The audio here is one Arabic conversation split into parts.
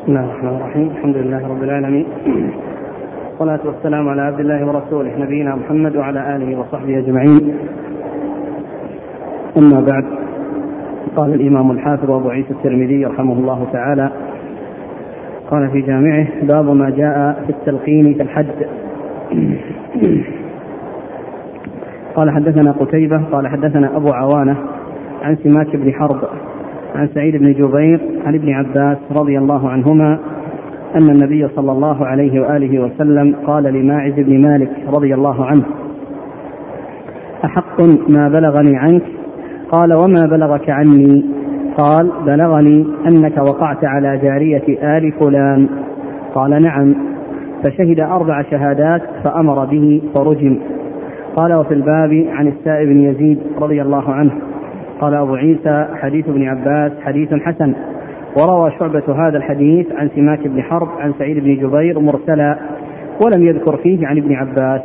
بسم الله الرحمن الرحيم. الحمد لله رب العالمين، والصلاة والسلام على عبد الله ورسوله نبينا محمد وعلى آله وصحبه أجمعين. أما بعد، قال الإمام الحافظ أبو عيسى الترمذي رحمه الله تعالى قال في جامعه: باب ما جاء في التلقين في الحد. قال حدثنا قتيبة قال حدثنا أبو عوانة عن سماك بن حرب عن سعيد بن جبير عن ابن عباس رضي الله عنهما أن النبي صلى الله عليه وآله وسلم قال لماعز بن مالك رضي الله عنه: أحق ما بلغني عنك؟ قال: وما بلغك عني؟ قال: بلغني أنك وقعت على جارية آل فلان. قال: نعم. فشهد 4 شهادات فأمر به فرجم. قال: وفي الباب عن السائب بن يزيد رضي الله عنه. قال أبو عيسى: حديث ابن عباس حديث حسن. وروى شعبة هذا الحديث عن سماك بن حرب عن سعيد بن جبير مرسلا، ولم يذكر فيه عن ابن عباس.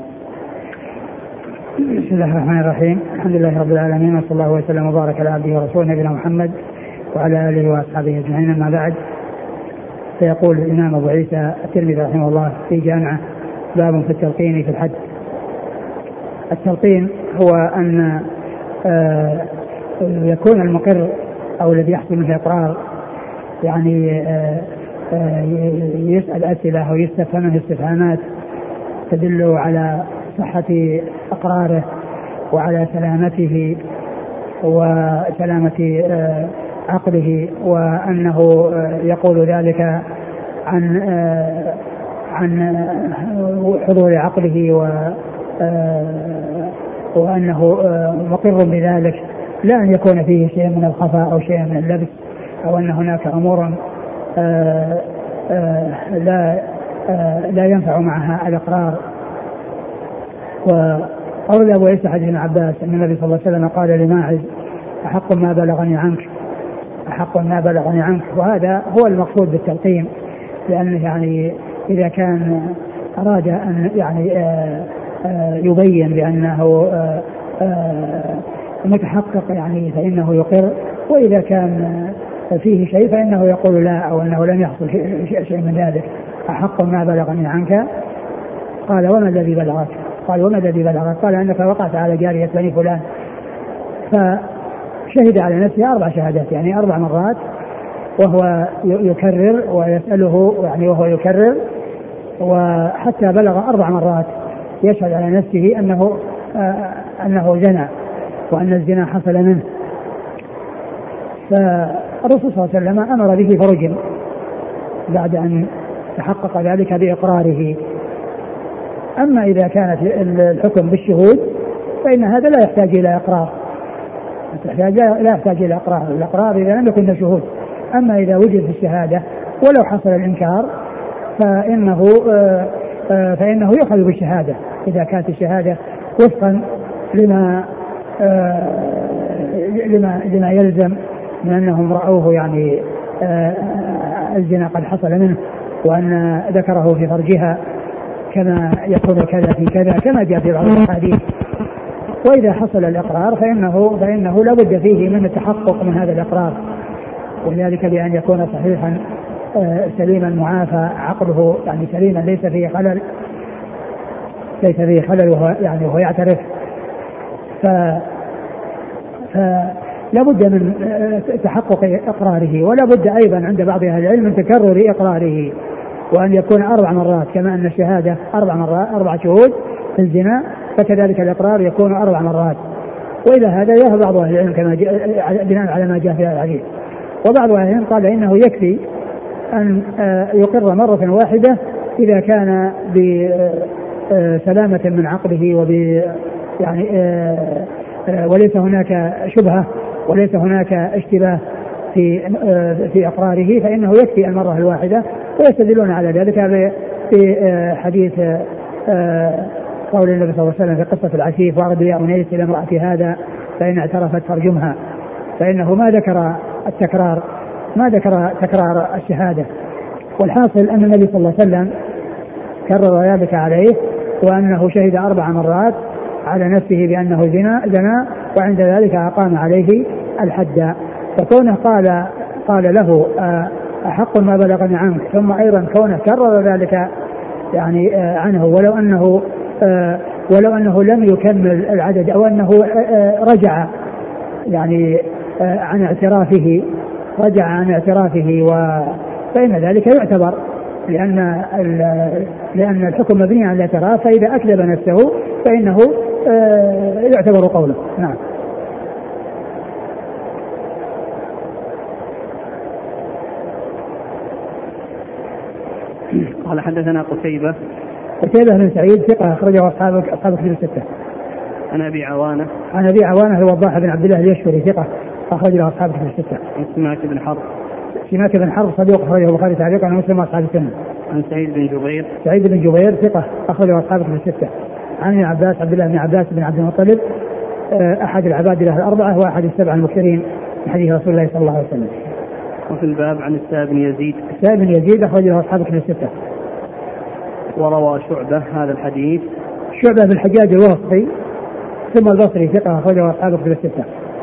بسم الله الرحمن الرحيم. الحمد لله رب العالمين، وصلى الله وسلم وبارك على عبده ورسوله نبينا محمد وعلى آله وأصحابه أجمعين. أما بعد، فيقول الإمام أبو عيسى الترمذي رحمه الله في جامعه: باب في التلقين في الحد. التلقين هو أن يكون المقر أو الذي يحصل منه إقرار يعني يسأل أسئلة أو يستفهم منه استفهامات تدل على صحة إقراره وعلى سلامته وسلامة عقله، وأنه يقول ذلك عن حضور عقله وأنه مقر بذلك، لا أن يكون فيه شيء من الخفاء أو شيء من اللبس، أو أن هناك أمور لا ينفع معها الإقرار. وقول أبو عيسى حديث ابن عباس أن النبي صلى الله عليه وسلم قال لماعز: أحق ما بلغني عنك، أحق ما بلغني عنك. وهذا هو المقصود بالتلقين، لأنه يعني إذا كان أراد أن يعني يبين بأنه متحقق يعني فإنه يقر، وإذا كان فيه شيء فإنه يقول لا، أو أنه لم يحصل شيء من ذلك. أحق ما بلغني عنك. قال: وما الذي بلغك؟ قال: وما الذي بلغك؟ قال: أنك وقعت على جارية بني فلان. فشهد على نفسه 4 شهادات، يعني 4 مرات، وهو يكرر ويسأله يعني وهو يكرر، وحتى بلغ 4 مرات يشهد على نفسه أنه زنى وأن الزنا حصل منه. فالرسول صلى الله عليه وسلم أمر به فرجم بعد أن تحقق ذلك بإقراره. أما إذا كانت الحكم بالشهود فإن هذا لا يحتاج إلى إقرار، لا يحتاج إلى إقرار. الإقرار إذا لم يكن شهود. أما إذا وجد في الشهادة ولو حصل الإنكار فإنه يؤخذ بالشهادة إذا كانت الشهادة وفقا لما يلزم من أنهم رأوه يعني الزنا قد حصل منه، وأن ذكره في فرجها كما يكون كذا في كذا كما جاء في بعض الأحاديث. وإذا حصل الإقرار فإنه لا بد فيه من التحقق من هذا الإقرار، وذلك بأن يكون صحيحا سليما معافى عقله، يعني سليما ليس فيه خلل وهو يعترف. فلا بد من تحقق إقراره، ولا بد أيضا عند بعض أهل العلم من تكرر إقراره، وأن يكون 4 مرات، كما أن الشهادة 4 شهود في الزنا، فكذلك الإقرار يكون 4 مرات. وإلى هذا يذهب بعض أهل العلم كما بناء على ما جاء في الحديث. وبعض أهل العلم قال إنه يكفي أن يقر مرة واحدة إذا كان بسلامة من عقله يعني وليس هناك شبهة وليس هناك اشتباه في إقراره، فإنه يكفي المرة الواحدة. ويستدلون على ذلك في حديث قول النبي صلى الله عليه وسلم في قصة العفيف: وأرد يا أنيس إلى امرأة هذا فإن اعترفت فارجمها. فإنه ما ذكر تكرار الشهادة. والحاصل أن النبي صلى الله عليه وسلم كرر ذلك عليه، وأنه شهد 4 مرات على نفسه بأنه زنا، وعند ذلك أقام عليه الحد. فكونه قال له أحق ما بلغني عنك، ثم أيضا كونه كرر ذلك يعني عنه ولو أنه لم يكمل العدد أو أنه رجع يعني عن اعترافه فإن ذلك يعتبر، لأن الحكم مبني على الاعتراف، فإذا أكذب نفسه فإنه يعتبر قوله. نعم. قال حدثنا قتيبة بن سعيد ثقة أخرجه أصحاب كتب الستة. عن أبي عوانة الوضاح بن عبد الله اليشكري ثقة أخرجه أصحاب كتب الستة. سماك بن حرب صدوق أخرجه البخاري تعليقا ومسلم وأصحاب السنة. عن سعيد بن جبير ثقة أخرجه أصحاب كتب الستة. عن عبد الله بن عباس بن عبد المطلب أحد العباد له الأربعة وأحد السبعة المكثرين من حديث رسول الله صلى الله عليه وسلم. وفي الباب عن السائب بن يزيد أخرجه أصحاب كتب الستة. وروى شعبة هذا الحديث بن الحجاج الواسطي ثم البصري ثقة أخرجه أصحاب كتب الستة.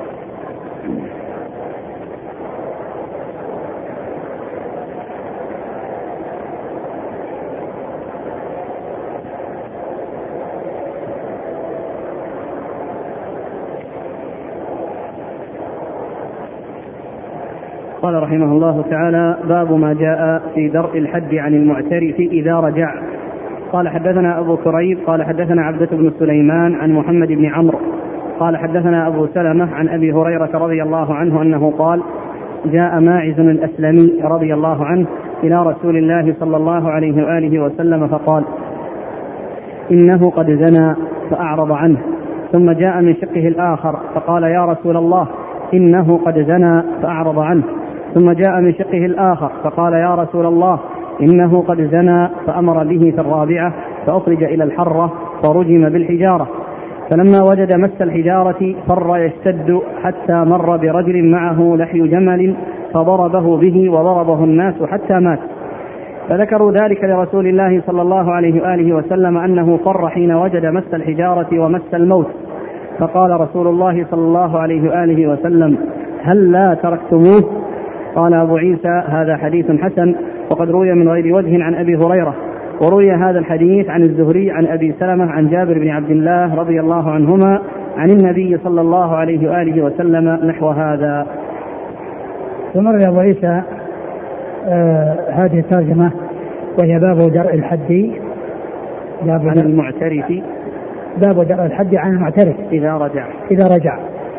قال رحمه الله تعالى: باب ما جاء في درء الحد عن المعترف إذا رجع. قال حدثنا أبو كريب قال حدثنا عبدة بن سليمان عن محمد بن عمرو قال حدثنا أبو سلمة عن أبي هريرة رضي الله عنه أنه قال: جاء ماعز الأسلمي رضي الله عنه إلى رسول الله صلى الله عليه وآله وسلم فقال: إنه قد زنى، فأعرض عنه. ثم جاء من شقه الآخر فقال: يا رسول الله إنه قد زنى، فأعرض عنه. ثم جاء من شقه الآخر فقال: يا رسول الله إنه قد زنى، فأمر به في الرابعة فأخرج إلى الحرة فرجم بالحجارة. فلما وجد مس الحجارة فر يشتد حتى مر برجل معه لحي جمل فضربه به وضربه الناس حتى مات. فذكروا ذلك لرسول الله صلى الله عليه وآله وسلم أنه فر حين وجد مس الحجارة ومس الموت. فقال رسول الله صلى الله عليه وآله وسلم: هل لا تركتموه؟ قال أبو عيسى: هذا حديث حسن، وقد روي من غير وجه عن أبي هريرة، وروي هذا الحديث عن الزهري عن أبي سلمة عن جابر بن عبد الله رضي الله عنهما عن النبي صلى الله عليه وآله وسلم نحو هذا. ثم روي أبو عيسى هذه الترجمة، وهي باب درء الحد عن المعترف، باب درء الحد عن المعترف إذا رجع.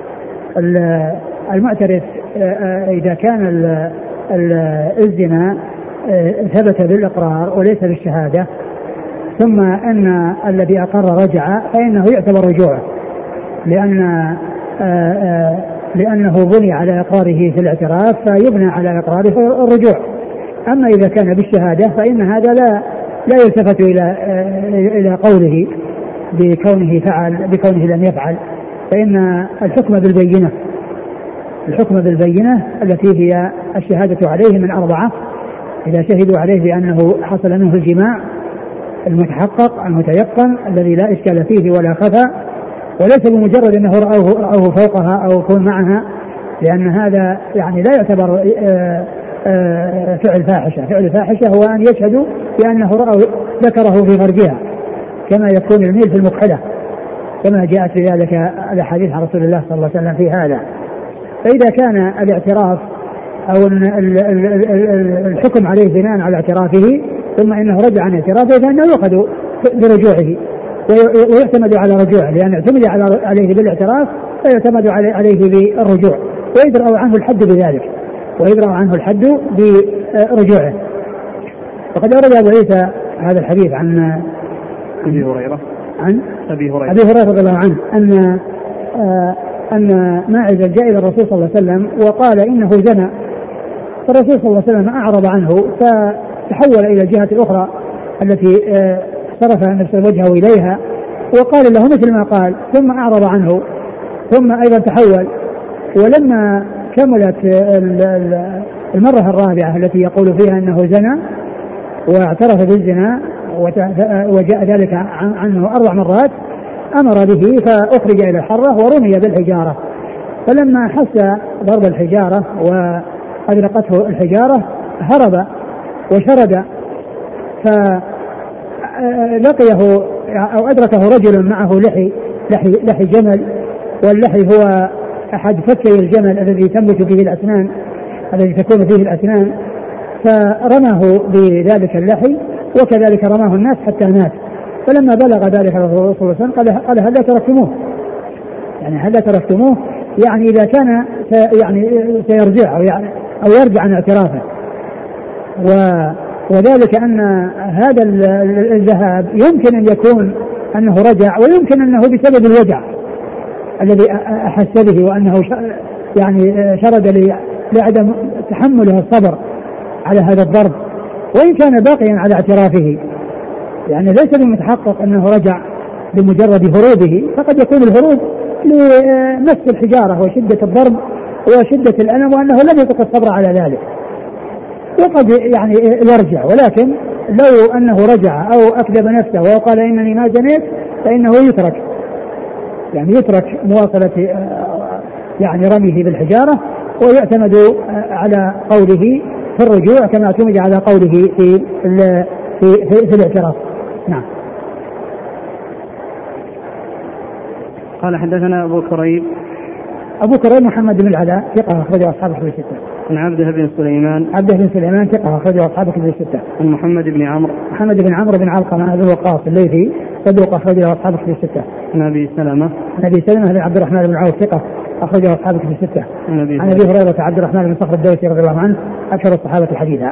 المعترف إذا كان الزنا ثبت بالإقرار وليس بالشهادة، ثم أن الذي أقر رجع، فإنه يعتبر رجوعه، لأنه بني على إقراره في الاعتراف، فيبنى على إقراره الرجوع. أما إذا كان بالشهادة فإن هذا لا يلتفت إلى قوله بكونه لم يفعل، فإن الحكم بالبينة التي هي الشهادة عليه من 4 إذا شهدوا عليه بأنه حصل منه الجماع المتحقق المتيقن الذي لا إشكال فيه ولا خفى، وليس بمجرد أنه رأوه فوقها أو يكون معها، لأن هذا يعني لا يعتبر فعل فاحشة. فعل الفاحشة هو أن يشهدوا بأنه رأوا ذكره في فرجها، كما يكون الميل في المكحلة، كما جاءت في ذلك الأحاديث عن رسول الله صلى الله عليه وسلم في هذا. فإذا كان الاعتراف أو الحكم عليه بناء على اعترافه ثم إنه رجع عن اعترافه، فإنه يؤخذ برجوعه ويعتمد على رجوعه، لأن اعتمد عليه بالاعتراف فيعتمد عليه بالرجوع، ويدرأ عنه الحد بذلك، ويدرأ عنه الحد برجوعه. وقد أورد أبو عيسى هذا الحديث عن أبي هريرة رضي الله عنه أن ماعز جاء إلى الرسول صلى الله عليه وسلم وقال إنه زنى، فالرسول صلى الله عليه وسلم أعرض عنه، فتحول إلى الجهة الأخرى التي صرف نفسه وجهه إليها وقال له مثل ما قال، ثم أعرض عنه، ثم أيضا تحول. ولما كملت المرة الرابعة التي يقول فيها أنه زنى واعترف بالزنا وجاء ذلك عنه 4 مرات، أمر به فأخرج إلى الحرة ورمي بالحجارة. فلما حس ضرب الحجارة وأدرقته الحجارة هرب وشرد فلقيه أو أدركه رجل معه لحي جمل، واللحي هو أحد فكي الجمل الذي تنبت فيه الأسنان، الذي تكون فيه الأسنان، فرماه بذلك اللحي وكذلك رماه الناس حتى مات. فلما بلغ ذلك الرسول صلى الله عليه وسلم قال هل تركتموه؟ يعني هل تركتموه؟ يعني إذا كان يعني سيرجع أو يرجع عن اعترافه. وذلك أن هذا الذهاب يمكن أن يكون أنه رجع، ويمكن أنه بسبب الوجع الذي أحس به، وأنه يعني شرد لعدم تحمله الصبر على هذا الضرب، وإن كان باقيا على اعترافه. يعني ليس بمتحقق أنه رجع بمجرد هروبه، فقد يكون الهروب لمس الحجارة وشدة الضرب وشدة الألم، وأنه لم يطق الصبر على ذلك، وقد يعني يرجع. ولكن لو أنه رجع أو أكذب نفسه وقال إنني ما زنيت فإنه يترك مواصلة يعني رميه بالحجارة، ويعتمد على قوله في الرجوع كما اعتمد على قوله في الاعتراف. نعم. قال حدثنا أبو كريب محمد بن العلاء ثقة أخرجه أصحاب الكتب الستة. عن عبده بن سليمان ثقة أخرجه أصحاب الكتب الستة. عن محمد بن عمرو بن علقمة بن وقاص الليثي صدوق أخرجه أصحاب الكتب الستة. عن أبي سلمة بن عبد الرحمن بن عوف ثقة أخرجه أصحاب الكتب الستة. عن أبي هريرة عبد الرحمن بن صخر الدوسي رضي الله عنه أكثر الصحابة حديثا.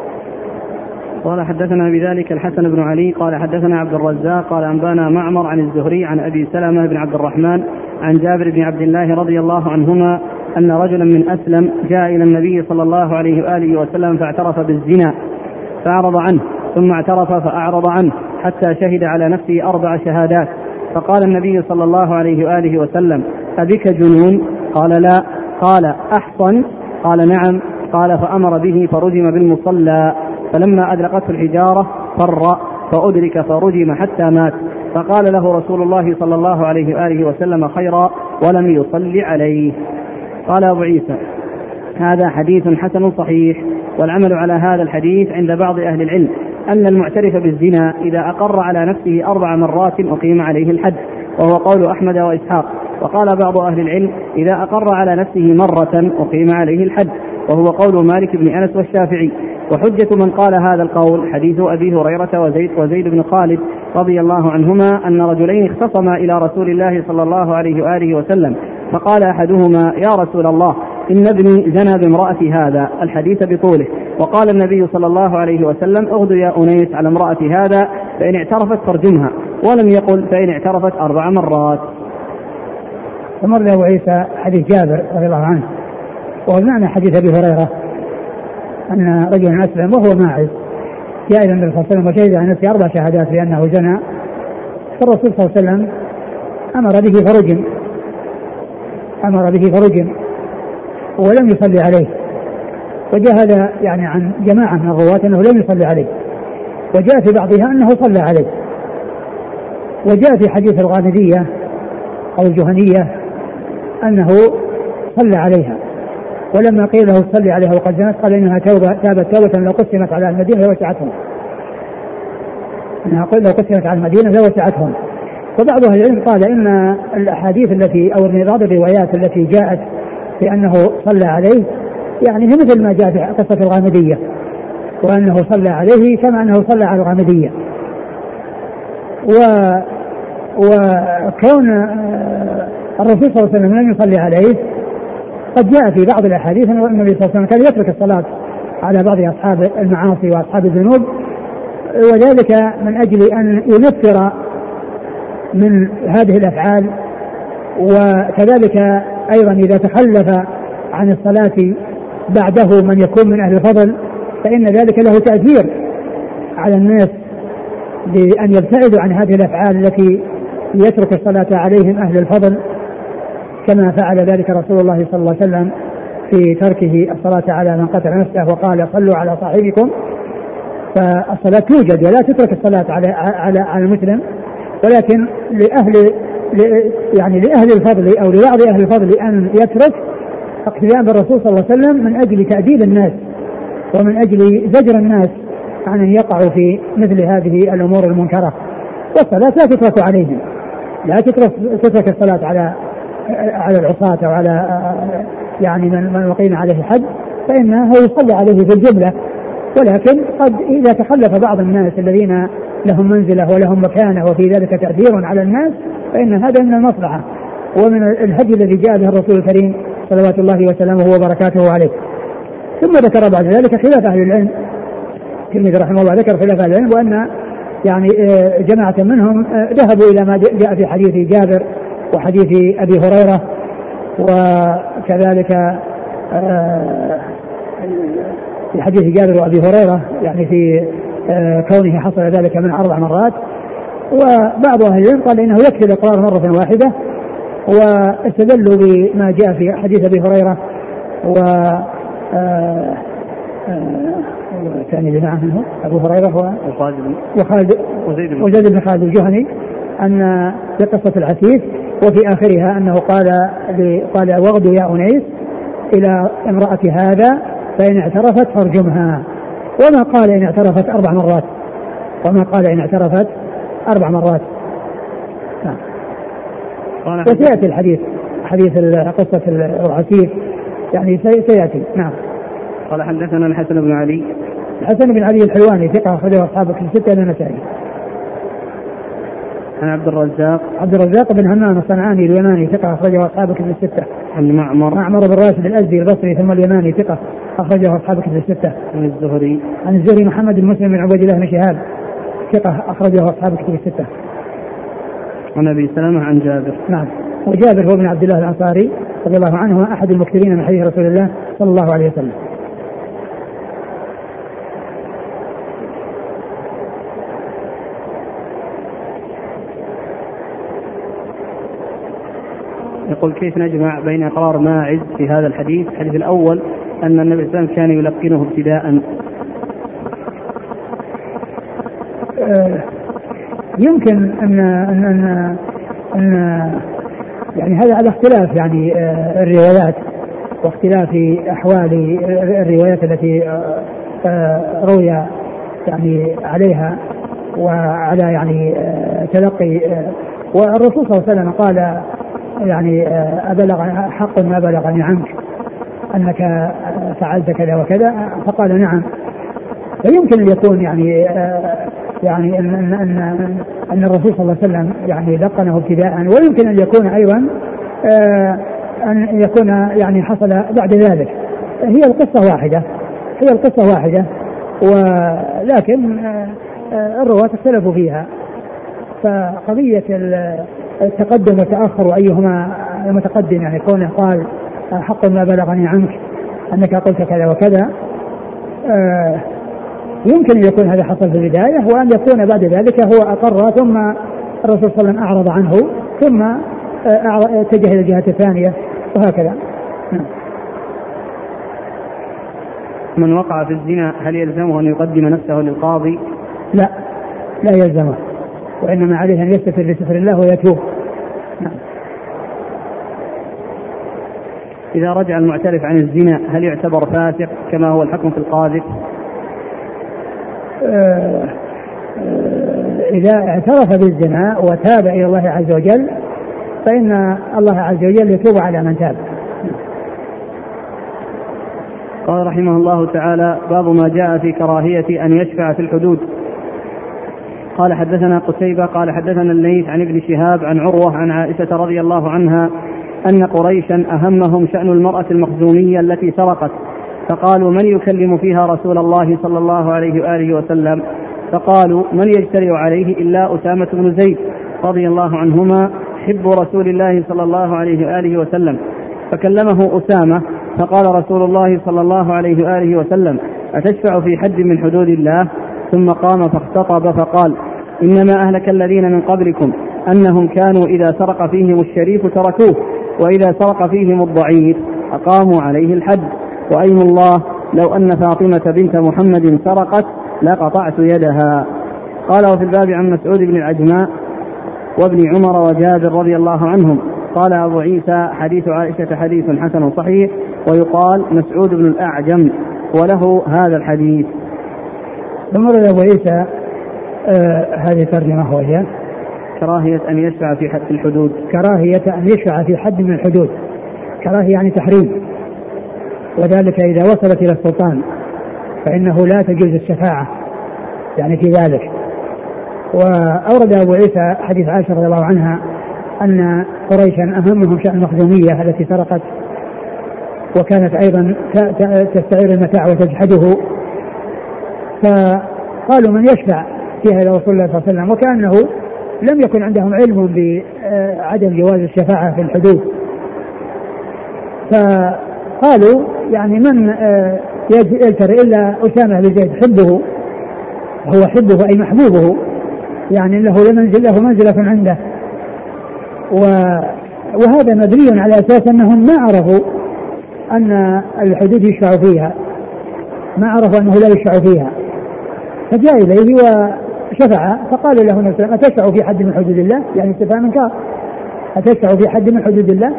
قال حدثنا بذلك الحسن بن علي قال حدثنا عبد الرزاق قال أنبانا معمر عن الزهري عن أبي سلمة بن عبد الرحمن عن جابر بن عبد الله رضي الله عنهما أن رجلا من أسلم جاء إلى النبي صلى الله عليه وآله وسلم فاعترف بالزنا فأعرض عنه، ثم اعترف فأعرض عنه حتى شهد على نفسه 4 شهادات. فقال النبي صلى الله عليه وآله وسلم أبك جنون؟ قال لا. قال أحصن؟ قال نعم. قال فأمر به فرجم بالمصلى، فلما أدركته الحجارة فر فأدرك فرجم حتى مات. فقال له رسول الله صلى الله عليه وآله وسلم خيرا ولم يصلي عليه. قال أبو عيسى هذا حديث حسن صحيح. والعمل على هذا الحديث عند بعض أهل العلم أن المعترف بالزنا إذا أقر على نفسه 4 مرات أقيم عليه الحد، وهو قول أحمد وإسحاق. وقال بعض أهل العلم إذا أقر على نفسه مرة أقيم عليه الحد، وهو قول مالك بن أنس والشافعي. وحجة من قال هذا القول حديث أبي هريرة وزيد بن خالد رضي الله عنهما أن رجلين اختصما إلى رسول الله صلى الله عليه وآله وسلم، فقال أحدهما يا رسول الله إن ابني زنى بامرأة هذا، الحديث بطوله. وقال النبي صلى الله عليه وسلم اغدوا يا أنيس على امرأة هذا فإن اعترفت فارجمها، ولم يقل فإن اعترفت 4 مرات. ثم أبو عيسى حديث جابر رضي الله عنه، ومعنى حديث أبي هريرة أن رجلا أسلم وهو ماعز جاء إلى النبي صلى الله عليه وسلم وشهد عن نفسه 4 شهادات بأنه زنى، فالرسول صلى الله عليه وسلم أمر به فرجم ولم يصلي عليه. وجاء هذا يعني عن جماعة من الرواة أنه لم يصلي عليه، وجاء في بعضها أنه صلى عليه. وجاء في حديث الغامدية أو الجهنية أنه صلى عليها، ولما قيل له صلي عليها وقد زنت قال إنها تابت توبة لو قسمت على المدينة لوسعتهم، لو قسمت على المدينة لوسعتهم. وبعض أهل العلم قال إن الأحاديث التي أو بعض الروايات التي جاءت بأنه صلى عليه يعني مثل ما جاء في قصة الغامدية، وأنه صلى عليه كما أنه صلى على الغامدية. وكون الرسول صلى الله عليه وسلم لم يصلي عليه قد جاء في بعض الأحاديث أن النبي صلى الله عليه وسلم كان يترك الصلاة على بعض أصحاب المعاصي وأصحاب الذنوب، وذلك من أجل أن ينفر من هذه الأفعال. وكذلك أيضا إذا تخلف عن الصلاة بعده من يكون من أهل الفضل فإن ذلك له تأثير على الناس بأن يبتعدوا عن هذه الأفعال التي يترك الصلاة عليهم أهل الفضل، كما فعل ذلك رسول الله صلى الله عليه وسلم في تركه الصلاة على من قتل نفسه وقال صلوا على صاحبكم. فالصلاة توجد ولا تترك الصلاة على المسلم، ولكن لأهل الفضل أو لبعض أهل الفضل أن يترك اقتداء بالرسول صلى الله عليه وسلم من أجل تأديب الناس ومن أجل زجر الناس عن أن يقعوا في مثل هذه الأمور المنكرة. والصلاة لا تترك عليهم، لا تترك الصلاة على العصاة أو على يعني من وقيم عليه حد، فإنه يصلى عليه في الجملة. ولكن قد إذا تخلف بعض الناس الذين لهم منزلة ولهم مكانة وفي ذلك تأثير على الناس، فإن هذا من المصلحة ومن الهدي الذي جاء به الرسول الكريم صلوات الله وسلامه وبركاته عليه. ثم ذكر بعد ذلك خلاف أهل العلم. الترمذي رحمه الله ذكر خلاف أهل العلم، وأن يعني جماعة منهم ذهبوا إلى ما جاء في حديث جابر وحديث أبي هريرة، وكذلك في حديث جابر وأبي هريرة يعني في كونه حصل ذلك من 4 مرات. وبعض أهل العلم قال إنه يكفي الإقرار مرة واحدة، واستدلوا بما جاء في حديث أبي هريرة كان يجمع منه أبو هريرة وزيد بن خالد الجهني أن بقصة العسيف، وفي آخرها أنه قال واغدوا يا أنيس إلى امرأة هذا فإن اعترفت فارجمها، وما قال إن اعترفت 4 مرات، وما قال إن اعترفت 4 مرات. وسيأتي الحديث حديث قصة العسيف يعني سيأتي. نعم. قال حدثنا الحسن بن علي. الحسن بن علي الحلواني ثقة أخرجه أصحاب الكتب الستة إلا النسائي. عن عبد الرزاق بن همام الصنعاني اليماني ثقة أخرجه أصحاب الكتب الستة. عن معمر بن راشد الأزدي البصري ثم اليماني ثقة أخرجه أصحاب الكتب الستة. عن الزهري محمد بن مسلم بن عبيد الله بن شهاب ثقة أخرجه أصحاب الكتب الستة. عن أبي سلمة عن جابر. نعم. وجابر هو ابن عبد الله الأنصاري رضي الله عنه أحد المكثرين من حديث رسول الله صلى الله عليه وسلم. يقول كيف نجمع بين إقرار ماعز في هذا الحديث الأول أن النبي صلى الله عليه وسلم كان يلقنه ابتداء؟ يمكن أن يعني هذا على اختلاف يعني الروايات واختلاف أحوال الروايات التي روي يعني عليها وعلى يعني تلقي. والرسول صلى الله عليه وسلم قال يعني أبلغ حق ما بلغني عنك أنك فعلت كذا وكذا، فقال نعم. فيمكن أن يكون يعني أن الرسول صلى الله عليه وسلم يعني لقنه ابتداء، ويمكن أن يكون أيضا أن يكون يعني حصل بعد ذلك. هي القصة واحدة ولكن الرواة اختلفوا فيها. فقضية التقدم والتأخر وأيهما المتقدم يعني كونه قال حق ما بلغني عنك أنك قلت كذا وكذا، يمكن أن يكون هذا حصل في البداية، وأن يكون بعد ذلك هو أقر ثم الرسول صلى الله عليه وسلم أعرض عنه ثم اتجه إلى الجهة الثانية وهكذا. من وقع في الزنا هل يلزمه أن يقدم نفسه للقاضي؟ لا يلزمه، وإنما عليه أن يستتر لستر الله ويتوب. إذا رجع المعترف عن الزنا هل يعتبر فاسق كما هو الحكم في القاذف؟ إذا اعترف بالزنا وتاب إلى الله عز وجل فإن الله عز وجل يتوب على من تاب. قال رحمه الله تعالى: باب ما جاء في كراهية أن يشفع في الحدود. قال حدثنا قتيبة قال حدثنا الليث عن ابن شهاب عن عروة عن عائشة رضي الله عنها أن قريشا أهمهم شأن المرأة المخزومية التي سرقت، فقالوا: من يكلم فيها رسول الله صلى الله عليه وآله وسلم؟ فقالوا: من يجترئ عليه إلا أسامة بن زيد رضي الله عنهما حب رسول الله صلى الله عليه وآله وسلم. فكلمه أسامة فقال رسول الله صلى الله عليه وآله وسلم: أتشفع في حد من حدود الله؟ ثم قام فاختطب فقال: إنما أهلك الذين من قبلكم أنهم كانوا إذا سرق فيهم الشريف تركوه، وإذا سرق فيهم الضعيف أقاموا عليه الحد، وأيم الله لو أن فاطمة بنت محمد سرقت لقطعت يدها. قال: وفي الباب عن مسعود بن العجماء وابن عمر وجابر رضي الله عنهم. قال أبو عيسى: حديث عائشة حديث حسن صحيح، ويقال مسعود بن الأعجم وله هذا الحديث. ثم ورد أبو عيسى هذه الترجمة وهي كراهية أن يشفع في حد الحدود. كراهية أن يشفع في حد من الحدود. كراهية يعني تحريم، وذلك إذا وصلت إلى السلطان فإنه لا تجوز الشفاعة يعني في ذلك. وأورد أبو عيسى حديث عائشة رضي الله عنها أن قريشا أهمهم شأن المخزومية التي سرقت، وكانت أيضا تستعير المتاع وتجحده، فقالوا من يشفع فيها إلى رسول الله صلى الله عليه وسلم، وكأنه لم يكن عندهم علم بعدم جواز الشفاعة في الحدود. فقالوا يعني من يلتر إلا أسامة بن زيد حبه، هو حبه أي محبوبه، يعني له منزلة عنده. وهذا مبني على أساس أنهم ما عرفوا أن الحدود يشفع فيها، ما عرفوا أنه لا يشفع فيها، فجاء إليه وشفع. فقال له النبي صلى الله عليه وسلم أتشفع في حد من حدود الله؟ يعني استفهام إنكار، أتشفع في حد من حدود الله؟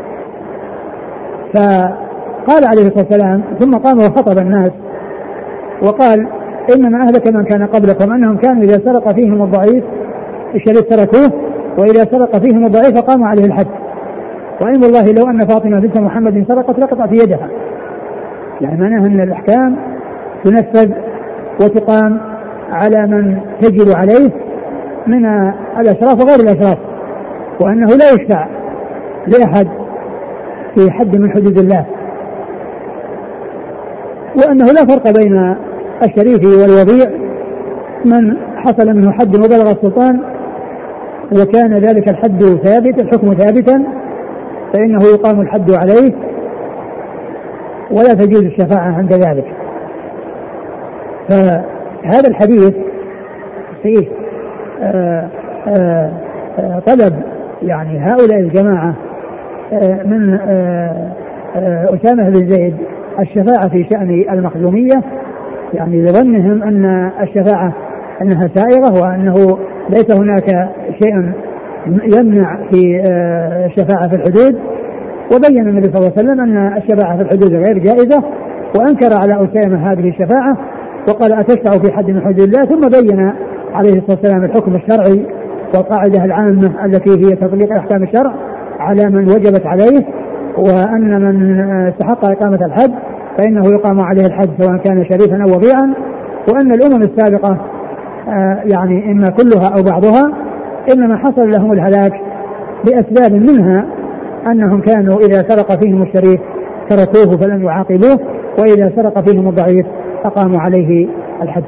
فقال عليه الصلاة والسلام ثم قام وخطب الناس وقال إنما أهلك من كان قبلكم أنهم كانوا إذا سرق فيهم الضعيف الشريف تركوه، وإذا سرق فيهم الضعيف قاموا عليه الحد، وإن والله لو أن فاطمة بنت محمد سرقت لقطعت يدها. يعني معناها أن الأحكام تنفذ وتقام على من تجب عليه من الأشراف وغير الأشراف، وأنه لا يشفع لأحد في حد من حدود الله، وأنه لا فرق بين الشريف والوضيع. من حصل منه حد وبلغ السلطان وكان ذلك الحد ثابت، الحكم ثابتا، فإنه يقام الحد عليه ولا تجوز الشفاعة عند ذلك. فهذا الحديث فيه طلب يعني هؤلاء الجماعة من أسامة بن زيد الشفاعة في شأن المخزومية، يعني لظنهم أن الشفاعة أنها سائغة وأنه ليس هناك شيء يمنع في الشفاعة في الحدود. وبين النبي صلى الله عليه وسلم أن الشفاعة في الحدود غير جائزة، وأنكر على أسامة هذه الشفاعة وقال أتشفع في حد من حدود الله، ثم بين عليه الصلاة والسلام الحكم الشرعي والقاعدة العامة التي هي تطبيق أحكام الشرع على من وجبت عليه، وأن من استحق إقامة الحد فإنه يقام عليه الحد سواء كان شريفا أو وضيعا، وأن الأمم السابقة يعني إما كلها أو بعضها إنما حصل لهم الهلاك بأسباب، منها أنهم كانوا إذا سرق فيهم الشريف تركوه فلم يعاقبوه، وإذا سرق فيهم الضعيف أقاموا عليه الحد.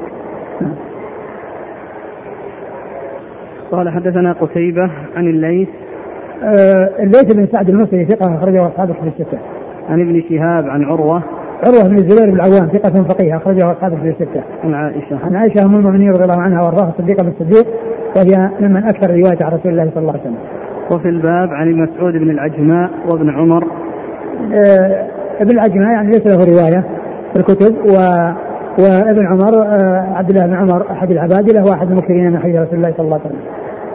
قال حدثنا قتيبة عن الليث الليث بن سعد المصري ثقة أخرجه أصحاب الكتب الستة. عن ابن شهاب عن عروة بن الزبير بن العوام ثقة فقيه أخرجه أصحاب الكتب الستة. عن عائشة أم المؤمنين رضي الله عنها وأرضاها الصديقة بالصديق، وهي ممن أكثر رواية عن رسول الله صلى الله عليه وسلم. وفي الباب عن مسعود بن العجماء وابن عمر. ابن العجماء يعني ليس له رواية في الكتب، وابن عمر عبد الله بن عمر أحد العبادلة وأحد المكثرين من حديث رسول الله صلى الله عليه وسلم.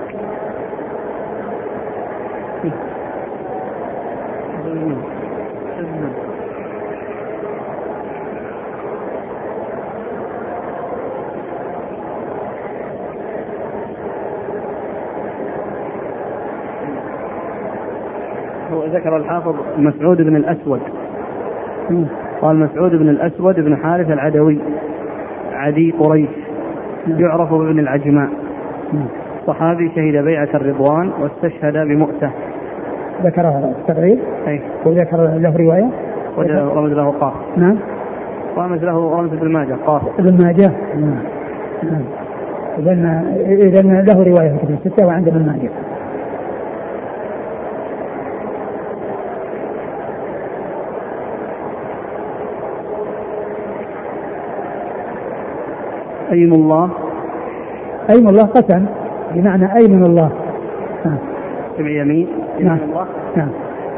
هو ذكر الحافظ مسعود بن الأسود، قال مسعود بن الأسود بن حارث العدوي عدي قريش، يعرف بابن العجماء، صحابي شهد بيعة الرضوان واستشهد بمؤتة. ذكرها التقريب وذكر له رواية ورمز له قاف. نعم رمز له رمز ابن ماجه قاف ابن ماجه. نعم إذن له رواية في كتب الستة وعند ابن ماجه. أيم الله. أيم الله قسم بمعنى أيمن الله. سمع يمين. نعم. نعم.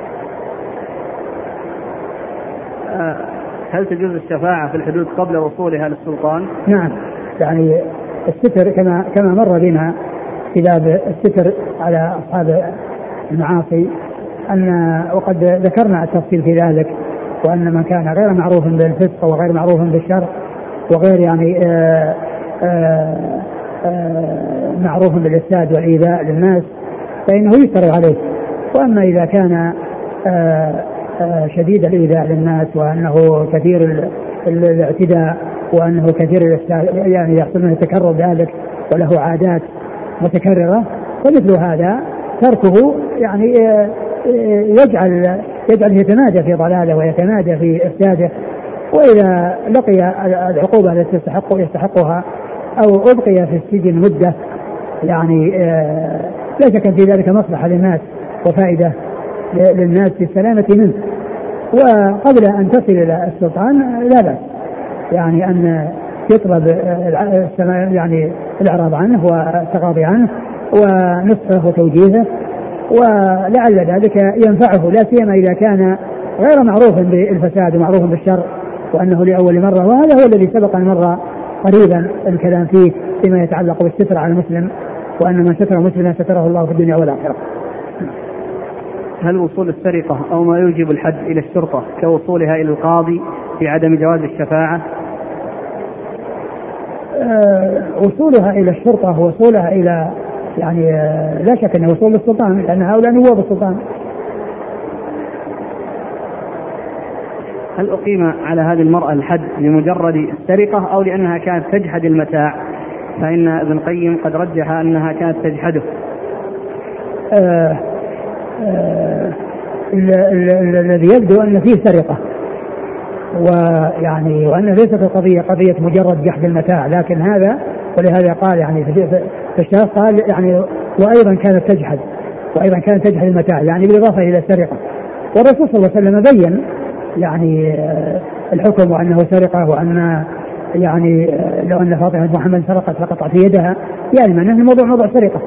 هل تجوز الشفاعة في الحدود قبل وصولها للسلطان؟ نعم، يعني الستر كما مر بنا كتاب الستر على أصحاب المعاصي، وقد ذكرنا التفصيل في ذلك، وأن من كان غير معروف بالفسق وغير معروف بالشر وغير يعني معروف بالإفساد والإيذاء للناس فإنه يسر عليه. وأما إذا كان شديد الإيذاء للناس وأنه كثير الاعتداء وأنه كثير يعني يحصل منه التكرر بذلك وله عادات متكررة فمثل هذا تركه يعني يجعل يتمادى في ضلاله ويتمادى في إفساده. وإذا لقي العقوبة التي يستحقها أو أبقي في السجن مدة يعني لا شك في ذلك مصلحة للناس وفائدة للناس في السلامة منه. وقبل أن تصل إلى السلطان لا بأس يعني أن يطلب يعني الإعراض عنه والتغاضي عنه ونصحه وتوجيهه ولعل ذلك ينفعه لا سيما إذا كان غير معروف بالفساد ومعروف بالشر وأنه لأول مرة. وهذا هو الذي سبق المرة قريبا الكلام فيه فيما يتعلق بالستر على المسلم وأن من ستر مسلما ستره الله في الدنيا والآخرة. هل وصول السرقة أو ما يوجب الحد إلى الشرطة كوصولها إلى القاضي في عدم جواز الشفاعة؟ وصولها إلى الشرطة ووصولها إلى يعني لا شك أن وصول السلطان لأن هؤلاء نواب السلطان. هل أقيم على هذه المرأة الحد لمجرد السرقة أو لأنها كانت تجحد المتاع؟ فإن ابن القيم قد رجح أنها كانت تجحده. الذي يبدو أن فيه سرقة ويعني وأن ليست القضية قضية مجرد جحد المتاع لكن هذا ولهذا قال يعني في الشرط قال يعني وأيضا كانت تجحد المتاع يعني بالإضافة إلى السرقة. والرسول صلى الله عليه وسلم بين يعني الحكم وأنه سرقة وأن يعني لو أن فاطمة محمد سرقت لقطعت في يدها يعني معناه الموضوع موضوع سرقة.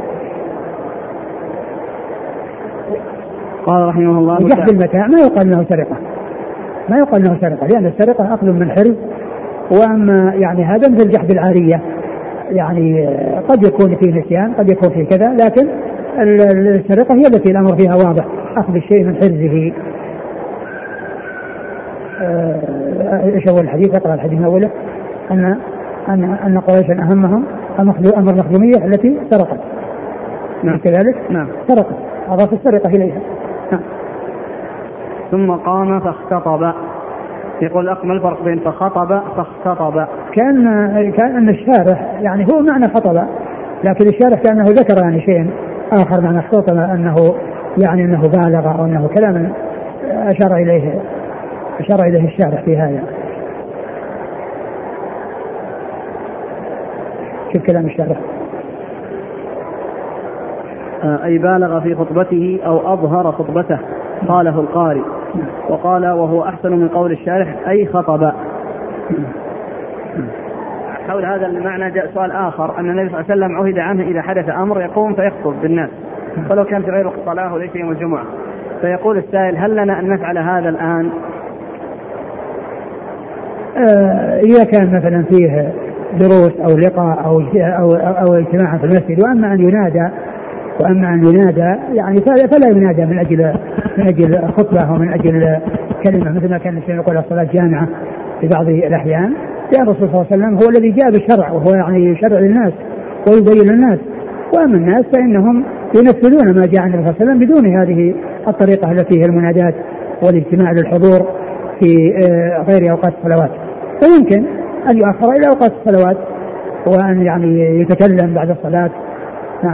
قال رحمه الله جحد المتاع ما يقال انه سرقة لأن السرقة أخذ من حرز. وأما يعني هذا مثل جحد العارية يعني قد يكون فيه نسيان قد يكون فيه كذا لكن السرقة هي التي الأمر فيها واضح أخذ الشيء من حرزه. ايش هو الحديث؟ اقرأ الحديث من اوله ان قريشا اهمهم امر المخزومية التي سرقت. نعم كذلك نعم سرقت اضاف السرقة اليها. نعم. ثم قام فاختطب. يقول ما الفرق بين فاختطب؟ كان ان الشارح يعني هو معنى خطب لكن الشارح كانه ذكر يعني شيء اخر معنى اختطب انه يعني انه بالغ او انه كلام اشار اليه الشارح في هذا. شوف كلام الشارح أي بالغ في خطبته أو أظهر خطبته قاله القارئ. وقال وهو أحسن من قول الشارح أي خطب. حول هذا المعنى جاء سؤال آخر أن النبي صلى الله عليه وسلم عهد عنه إذا حدث أمر يقوم فيخطب بالناس ولو كان في غير وقت الصلاة وليس يوم الجمعة. فيقول السائل هل لنا أن نفعل هذا الآن؟ إذا كان مثلا فيه دروس أو لقاء أو اجتماع في المسجد وأما أن ينادى يعني فلا ينادى من أجل خطبة ومن أجل كلمة مثل ما كان الشيخ يقول الصلاة جامعة في بعض الأحيان. لأن الرسول صلى الله عليه وسلم هو الذي جاء بالشرع وهو يعني يشرع للناس ويبين للناس. وأما الناس فإنهم ينفذون ما جاء عن النبي صلى الله عليه وسلم بدون هذه الطريقة التي هي المنادات والاجتماع للحضور في غير أوقات الصلوات. ويمكن أن يؤخر إلى أوقات الصلوات وأن يعني يتكلم بعد الصلاة. نعم.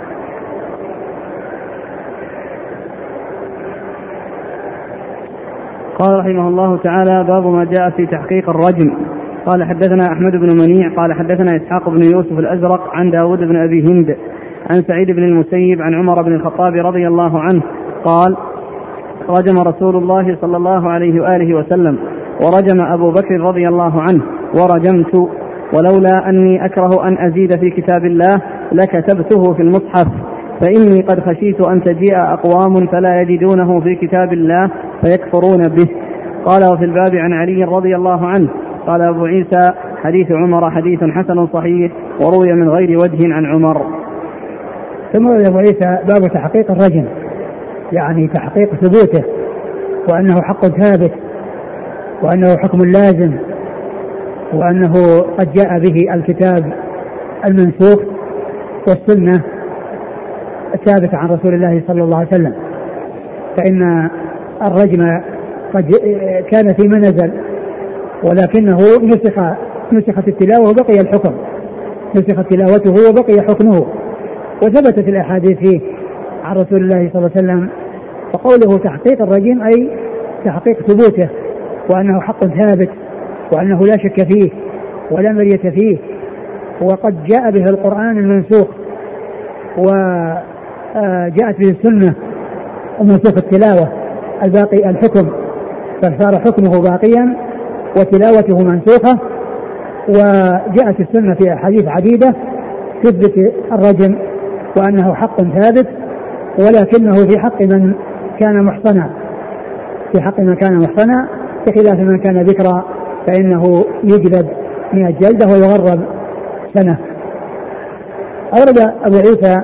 قال رحمه الله تعالى باب ما جاء في تحقيق الرجم. قال حدثنا أحمد بن منيع قال حدثنا إسحاق بن يوسف الأزرق عن داود بن أبي هند عن سعيد بن المسيب عن عمر بن الخطاب رضي الله عنه قال رجم رسول الله صلى الله عليه وآله وسلم ورجم أبو بكر رضي الله عنه ورجمت ولولا أني أكره أن أزيد في كتاب الله لكتبته في المصحف فإني قد خشيت أن تجيء أقوام فلا يجدونه في كتاب الله فيكفرون به. قال وفي الباب عن علي رضي الله عنه قال أبو عيسى حديث عمر حديث حسن صحيح وروي من غير وجه عن عمر. ثم أبو عيسى باب تحقيق الرجم يعني تحقيق ثبوته وأنه حق ثابت وأنه حكم لازم، وأنه قد جاء به الكتاب المنسوخ والسنة الثابتة عن رسول الله صلى الله عليه وسلم. فإن الرجم قد كان فيما نزل، ولكنه نسخت التلاوة وبقي الحكم، نسخت تلاوته وبقي حكمه، وثبتت الأحاديث فيه عن رسول الله صلى الله عليه وسلم. وقوله تحقيق الرجم أي تحقيق ثبوته، وأنه حق ثابت، وأنه لا شك فيه ولا مرية فيه. وقد جاء به القرآن المنسوخ، وجاءت به السنة المنسوخ التلاوة الباقي الحكم، فصار حكمه باقيا وتلاوته منسوخة. وجاءت السنة في أحاديث عديدة تثبت الرجم وأنه حق ثابت، ولكنه في حق من كان محصنا، في حق من كان محصنا، بخلاف من كان ذكرى فإنه يجلد 100 جلدة ويغرب سنة. أورد أبو عيسى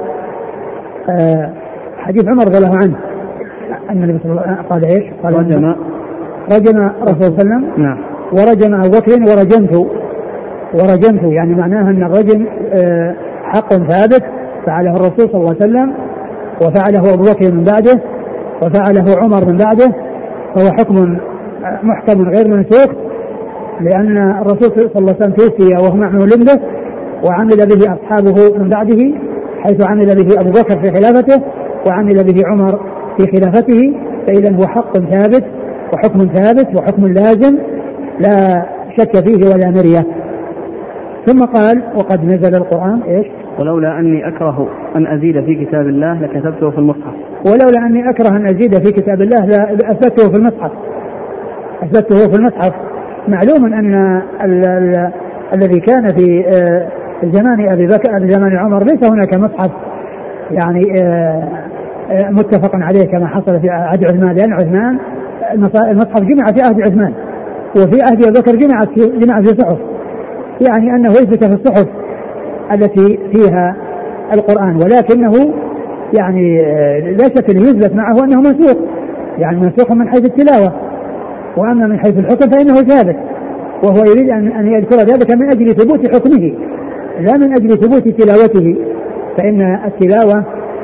حديث عمر رضي الله عنه أن النبي صلى الله عليه وسلم قال إيش؟ قال رجم رسول الله صلى الله عليه وسلم. نعم. ورجم أبو بكر ورجمت، يعني معناها أن الرجم حق ثابت فعله الرسول صلى الله عليه وسلم، وفعله أبو بكر من بعده، وفعله عمر من بعده، فهو حكم محكم غير منسوخ، لأن الرسول صلى الله عليه وسلم توفي وهو معمول به، وعمل به أصحابه من بعده، حيث عمل به أبو بكر في خلافته وعمل به عمر في خلافته. فإذا هو حق ثابت وحكم ثابت وحكم لازم لا شك فيه ولا مرية. ثم قال وقد نزل القرآن إيش؟ ولولا أني أكره أن أزيد في كتاب الله لكتبته في المصحف. ولولا أني أكره أن أزيد في كتاب الله لأثبته في المصحف، أثبته في المصحف. معلوم أن الذي كان في زمان أبي بكر في زمان عمر ليس هناك مصحف يعني متفق عليه كما حصل في عهد عثمان، لأن عثمان المصحف جمع في عهد عثمان، وفي عهد أبي بكر جمع في صحف، يعني أنه يثبت في الصحف التي فيها القرآن، ولكنه يعني لا شك أنه يثبت معه أنه منسوخ، يعني منسوخ من حيث التلاوة، وأما من حيث الحكم فإنه ثابت، وهو يريد أن يذكر ذلك من أجل ثبوت حكمه لا من أجل ثبوت تلاوته. فإن التلاوة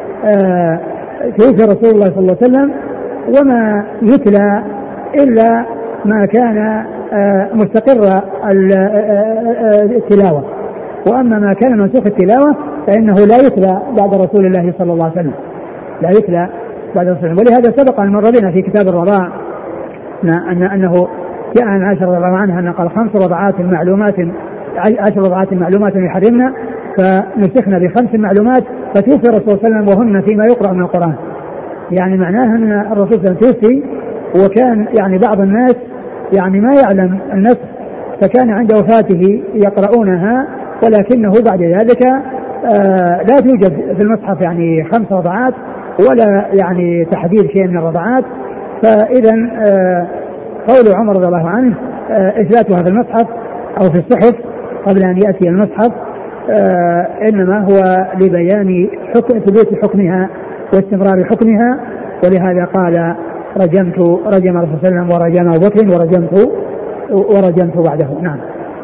توفي رسول الله صلى الله عليه وسلم وما يتلى إلا ما كان مستقر التلاوة، وأما ما كان منسوخ التلاوة فإنه لا يتلى بعد رسول الله صلى الله عليه وسلم، لا يتلى بعد رسول الله. ولهذا سبق أن مر بنا في كتاب الرضاع أنه جاء عن عائشة رضي الله عنها أن قال 5 رضعات معلومات 10 رضعات معلومات يحرمنا، فنسخنا ب5 معلومات، فتوفي الرسول صلى الله عليه وسلم وهن فيما يقرأ من القرآن. يعني معناها أن الرسول صلى الله عليه وسلم توفي، وكان يعني بعض الناس يعني ما يعلم النسخ، فكان عند وفاته يقرؤونها، ولكنه بعد ذلك لا توجد في المصحف يعني 5 رضعات ولا يعني تحديد شيء من الرضعات. فإذا قول عمر رضي الله عنه إثباتها في المصحف أو في الصحف قبل أن يأتي المصحف إنما هو لبيان ثبوت حكمها واستمرار حكمها. ولهذا قال رجم الرسول صلى الله عليه وسلم ورجم أبو بكر ورجمت بعده. نعم.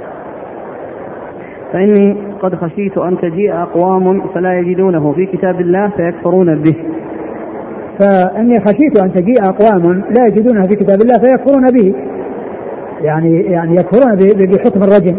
فإني قد خشيت أن تجيء أقوام فلا يجدونه في كتاب الله فيكفرون به. فإني خشيت أن تجيء أقوام لا يجدونها في كتاب الله فيكفرون به، يعني يكفرون بحكم الرجم.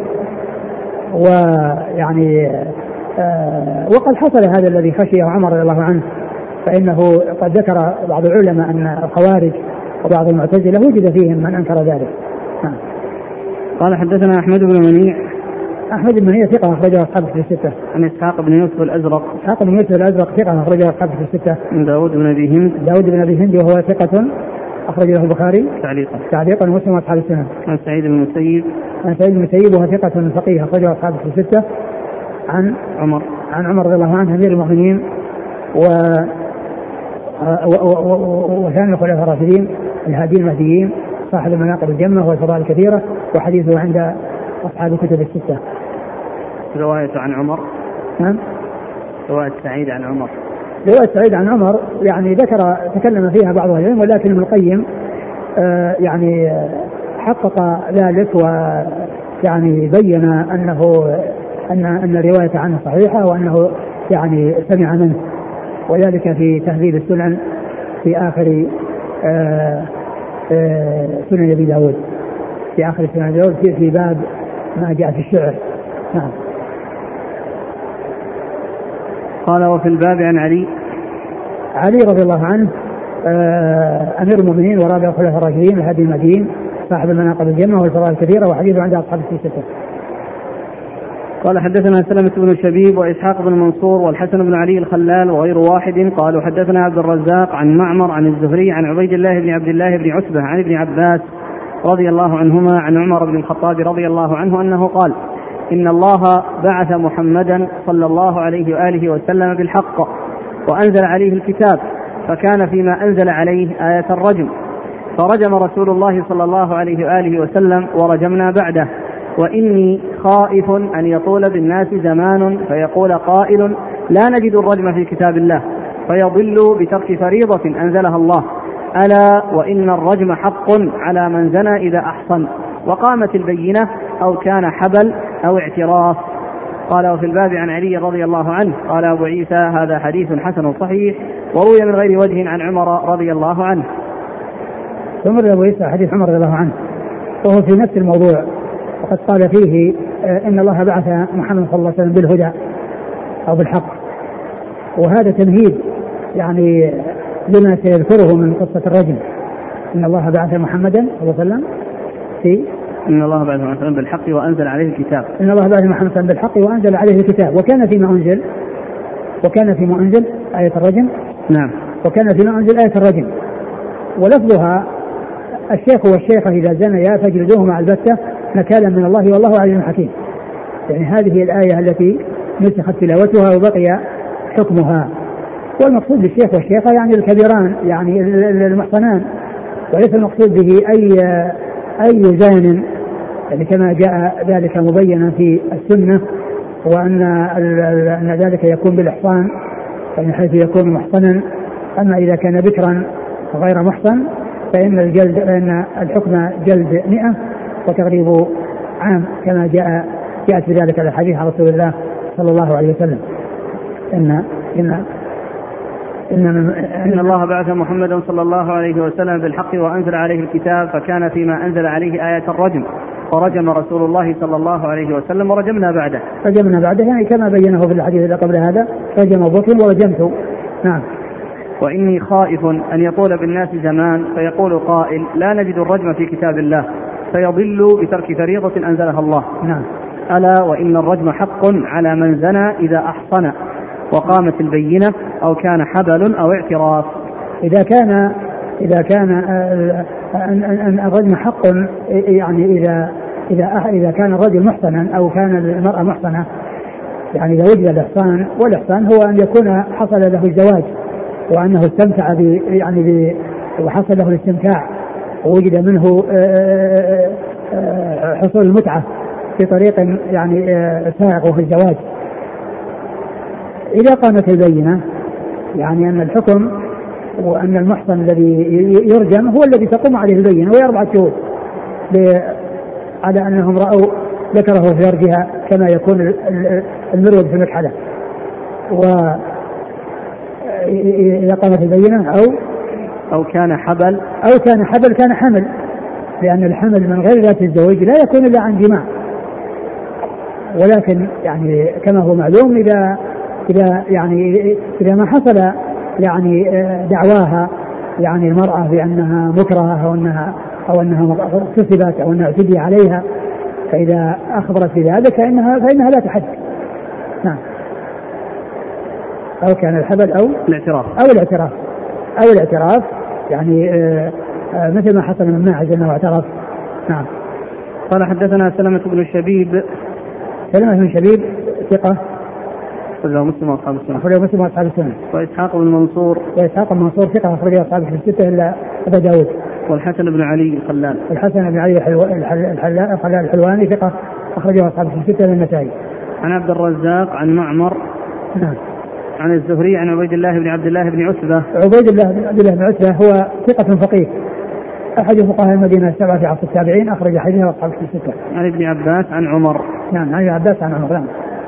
ويعني وقد حصل هذا الذي خشيه عمر رضي الله عنه، فإنه قد ذكر بعض العلماء أن الخوارج وبعض المعتزلة وجد فيهم من أنكر ذلك. قال حدثنا أحمد بن منيع. أحمد بن منيع ثقة أخرجه أصحاب في الستة. عن إسحاق بن يوسف الأزرق. إسحاق بن يوسف الأزرق ثقة أخرجه أصحاب في الستة. عن داود بن أبي هند. داود بن أبي هند وهو ثقة أخرجه البخاري تعليقا ومسلم وأصحاب السنن. عن سعيد بن المسيب. عن سعيد بن المسيب وهو ثقة فقيه أخرجه أصحاب في الستة. عن عمر رضي الله عنه أمير المؤمنين وثاني الخلفاء الراشدين الهادين المهديين صاحب المناقب الجمة والفضائل الكثيرة، وحديثه عند أصحاب الكتب الستة. رواية عن عمر. نعم. رواية سعيد عن عمر. رواية سعيد عن عمر يعني تكلم فيها بعض العلماء، ولكن ابن القيم يعني وحقق ذلك ويعني بين أن الرواية عنه صحيحة وأنه يعني سمع منه، وذلك في تهذيب السنن في آخر سنن أبي داود، في آخر سنن أبي داود في باب ما جاء في الشعر. نعم. قال وفي الباب عن علي رضي الله عنه أمير المؤمنين ورابع الخلفاء الراشدين الهادي المهديين صاحب المناقب الجمة والفضائل الكثيرة وحديثه عند أصحاب الستة. قال حدثنا سلمة بن شبيب وإسحاق بن منصور والحسن بن علي الخلال وغير واحد قالوا حدثنا عبد الرزاق عن معمر عن الزهري عن عبيد الله بن عبد الله بن عتبة عن ابن عباس رضي الله عنهما عن عمر بن الخطاب رضي الله عنه أنه قال إن الله بعث محمدا صلى الله عليه وآله وسلم بالحق وأنزل عليه الكتاب، فكان فيما أنزل عليه آية الرجم، فرجم رسول الله صلى الله عليه وآله وسلم ورجمنا بعده، وإني خائف أن يطول بالناس زمان فيقول قائل لا نجد الرجم في كتاب الله فيضل بترك فريضة أنزلها الله، ألا وإن الرجم حق على من زنى إذا أحصن وقامت البينة أو كان حبل أو اعتراف. قال وفي الباب عن علي رضي الله عنه قال أبو عيسى هذا حديث حسن صحيح وروي من غير وجه عن عمر رضي الله عنه. ثم أبو عيسى حديث عمر رضي الله عنه وهو في نفس الموضوع، وقد قال فيه إن الله بعث محمد صلى الله عليه وسلم بالهدى أو بالحق، وهذا تمهيد يعني لما سيذكره من قصة الرجم. إن الله بعث محمدا صلى الله عليه وسلم في إن الله بعث محمدا بالحق وأنزل عليه الكتاب. إن الله بعث محمدا بالحق وأنزل عليه الكتاب، وكان فيما أنزل آية الرجم. نعم. وكان فيما أنزل آية الرجم، ولفظها الشيخ والشيخة إذا زنيا فاجلدوهما البتة نكالا من الله والله عليم حكيم. يعني هذه الآية التي نسخت تلاوتها وبقي حكمها، والمقصود بالشيخ والشيخة يعني الكبيران يعني المحصنان، وليس المقصود به أي زان، يعني كما جاء ذلك مبينا في السنة، وأن ذلك يكون بالإحصان يعني حيث يكون محصنا. أما إذا كان بكرا غير محصن فإن الحكم جلد 100 وتغريب عام كما جاءت بذلك الحديث عن رسول الله صلى الله عليه وسلم. إن الله بعث محمدا صلى الله عليه وسلم بالحق وأنزل عليه الكتاب، فكان فيما أنزل عليه آية الرجم، فرجم رسول الله صلى الله عليه وسلم ورجمنا بعده. يعني كما بينه في الحديث اللي قبل هذا رجم بكر ورجمت. نعم. وإني خائف أن يطول بالناس زمان فيقول قائل لا نجد الرجم في كتاب الله فيضل بترك فريضة أنزلها الله. نعم. ألا وإن الرجم حق على من زنى إذا أحصن وقامت البينة أو كان حبل أو اعتراف. إذا كان أن الرجم حق يعني إذا كان الرجل محصنا أو كان المرأة محصنة، يعني إذا وجد الإحصان، والإحصان هو أن يكون حصل له الزواج وأنه استمتع وحصل له الاستمتاع ووجد منه حصول المتعة في طريق يعني سائغ في الزواج. إذا قامت البينة يعني أن الحكم وأن المحصن الذي يرجم هو الذي تقوم عليه البينة وهي 4 شهور على أنهم رأوا ذكره في فرجها كما يكون المرود في المكحلة. وإذا قامت البينة أو كان حبل كان حمل، لأن الحمل من غير ذات الزوج لا يكون إلا عن جماع، ولكن يعني كما هو معلوم إذا ما حصل يعني دعواها يعني المرأة بأنها مكرهة أو أنها اغتصبت أو أنها اعتدي عليها، فإذا أخبرت بذلك فإنها لا تحد. نعم. أو كان الحبل أو الاعتراف يعني مثل ما حصل من ماعز أنه اعترف. نعم. قال حدثنا سلمة بن شبيب ثقة أخرجه مسلم وأصحاب السنة. وإسحاق بن منصور ثقة أخرجه أصحاب الستة إلا أبا داود. والحسن بن علي الحلواني ثقة أخرجه أصحاب الستة إلا النسائي. عن عبد الرزاق عن معمر. نعم. عن الزهري عن عبيد الله بن عبد الله بن عتبة. عبيد الله بن عبد الله بن عتبة هو ثقة فقيه أحد فقهاء المدينة 7 في عصر التابعين، أخرج حديثه أصحاب الستة. عن ابن عباس عن عمر. نعم عن ابن عباس عن عمر.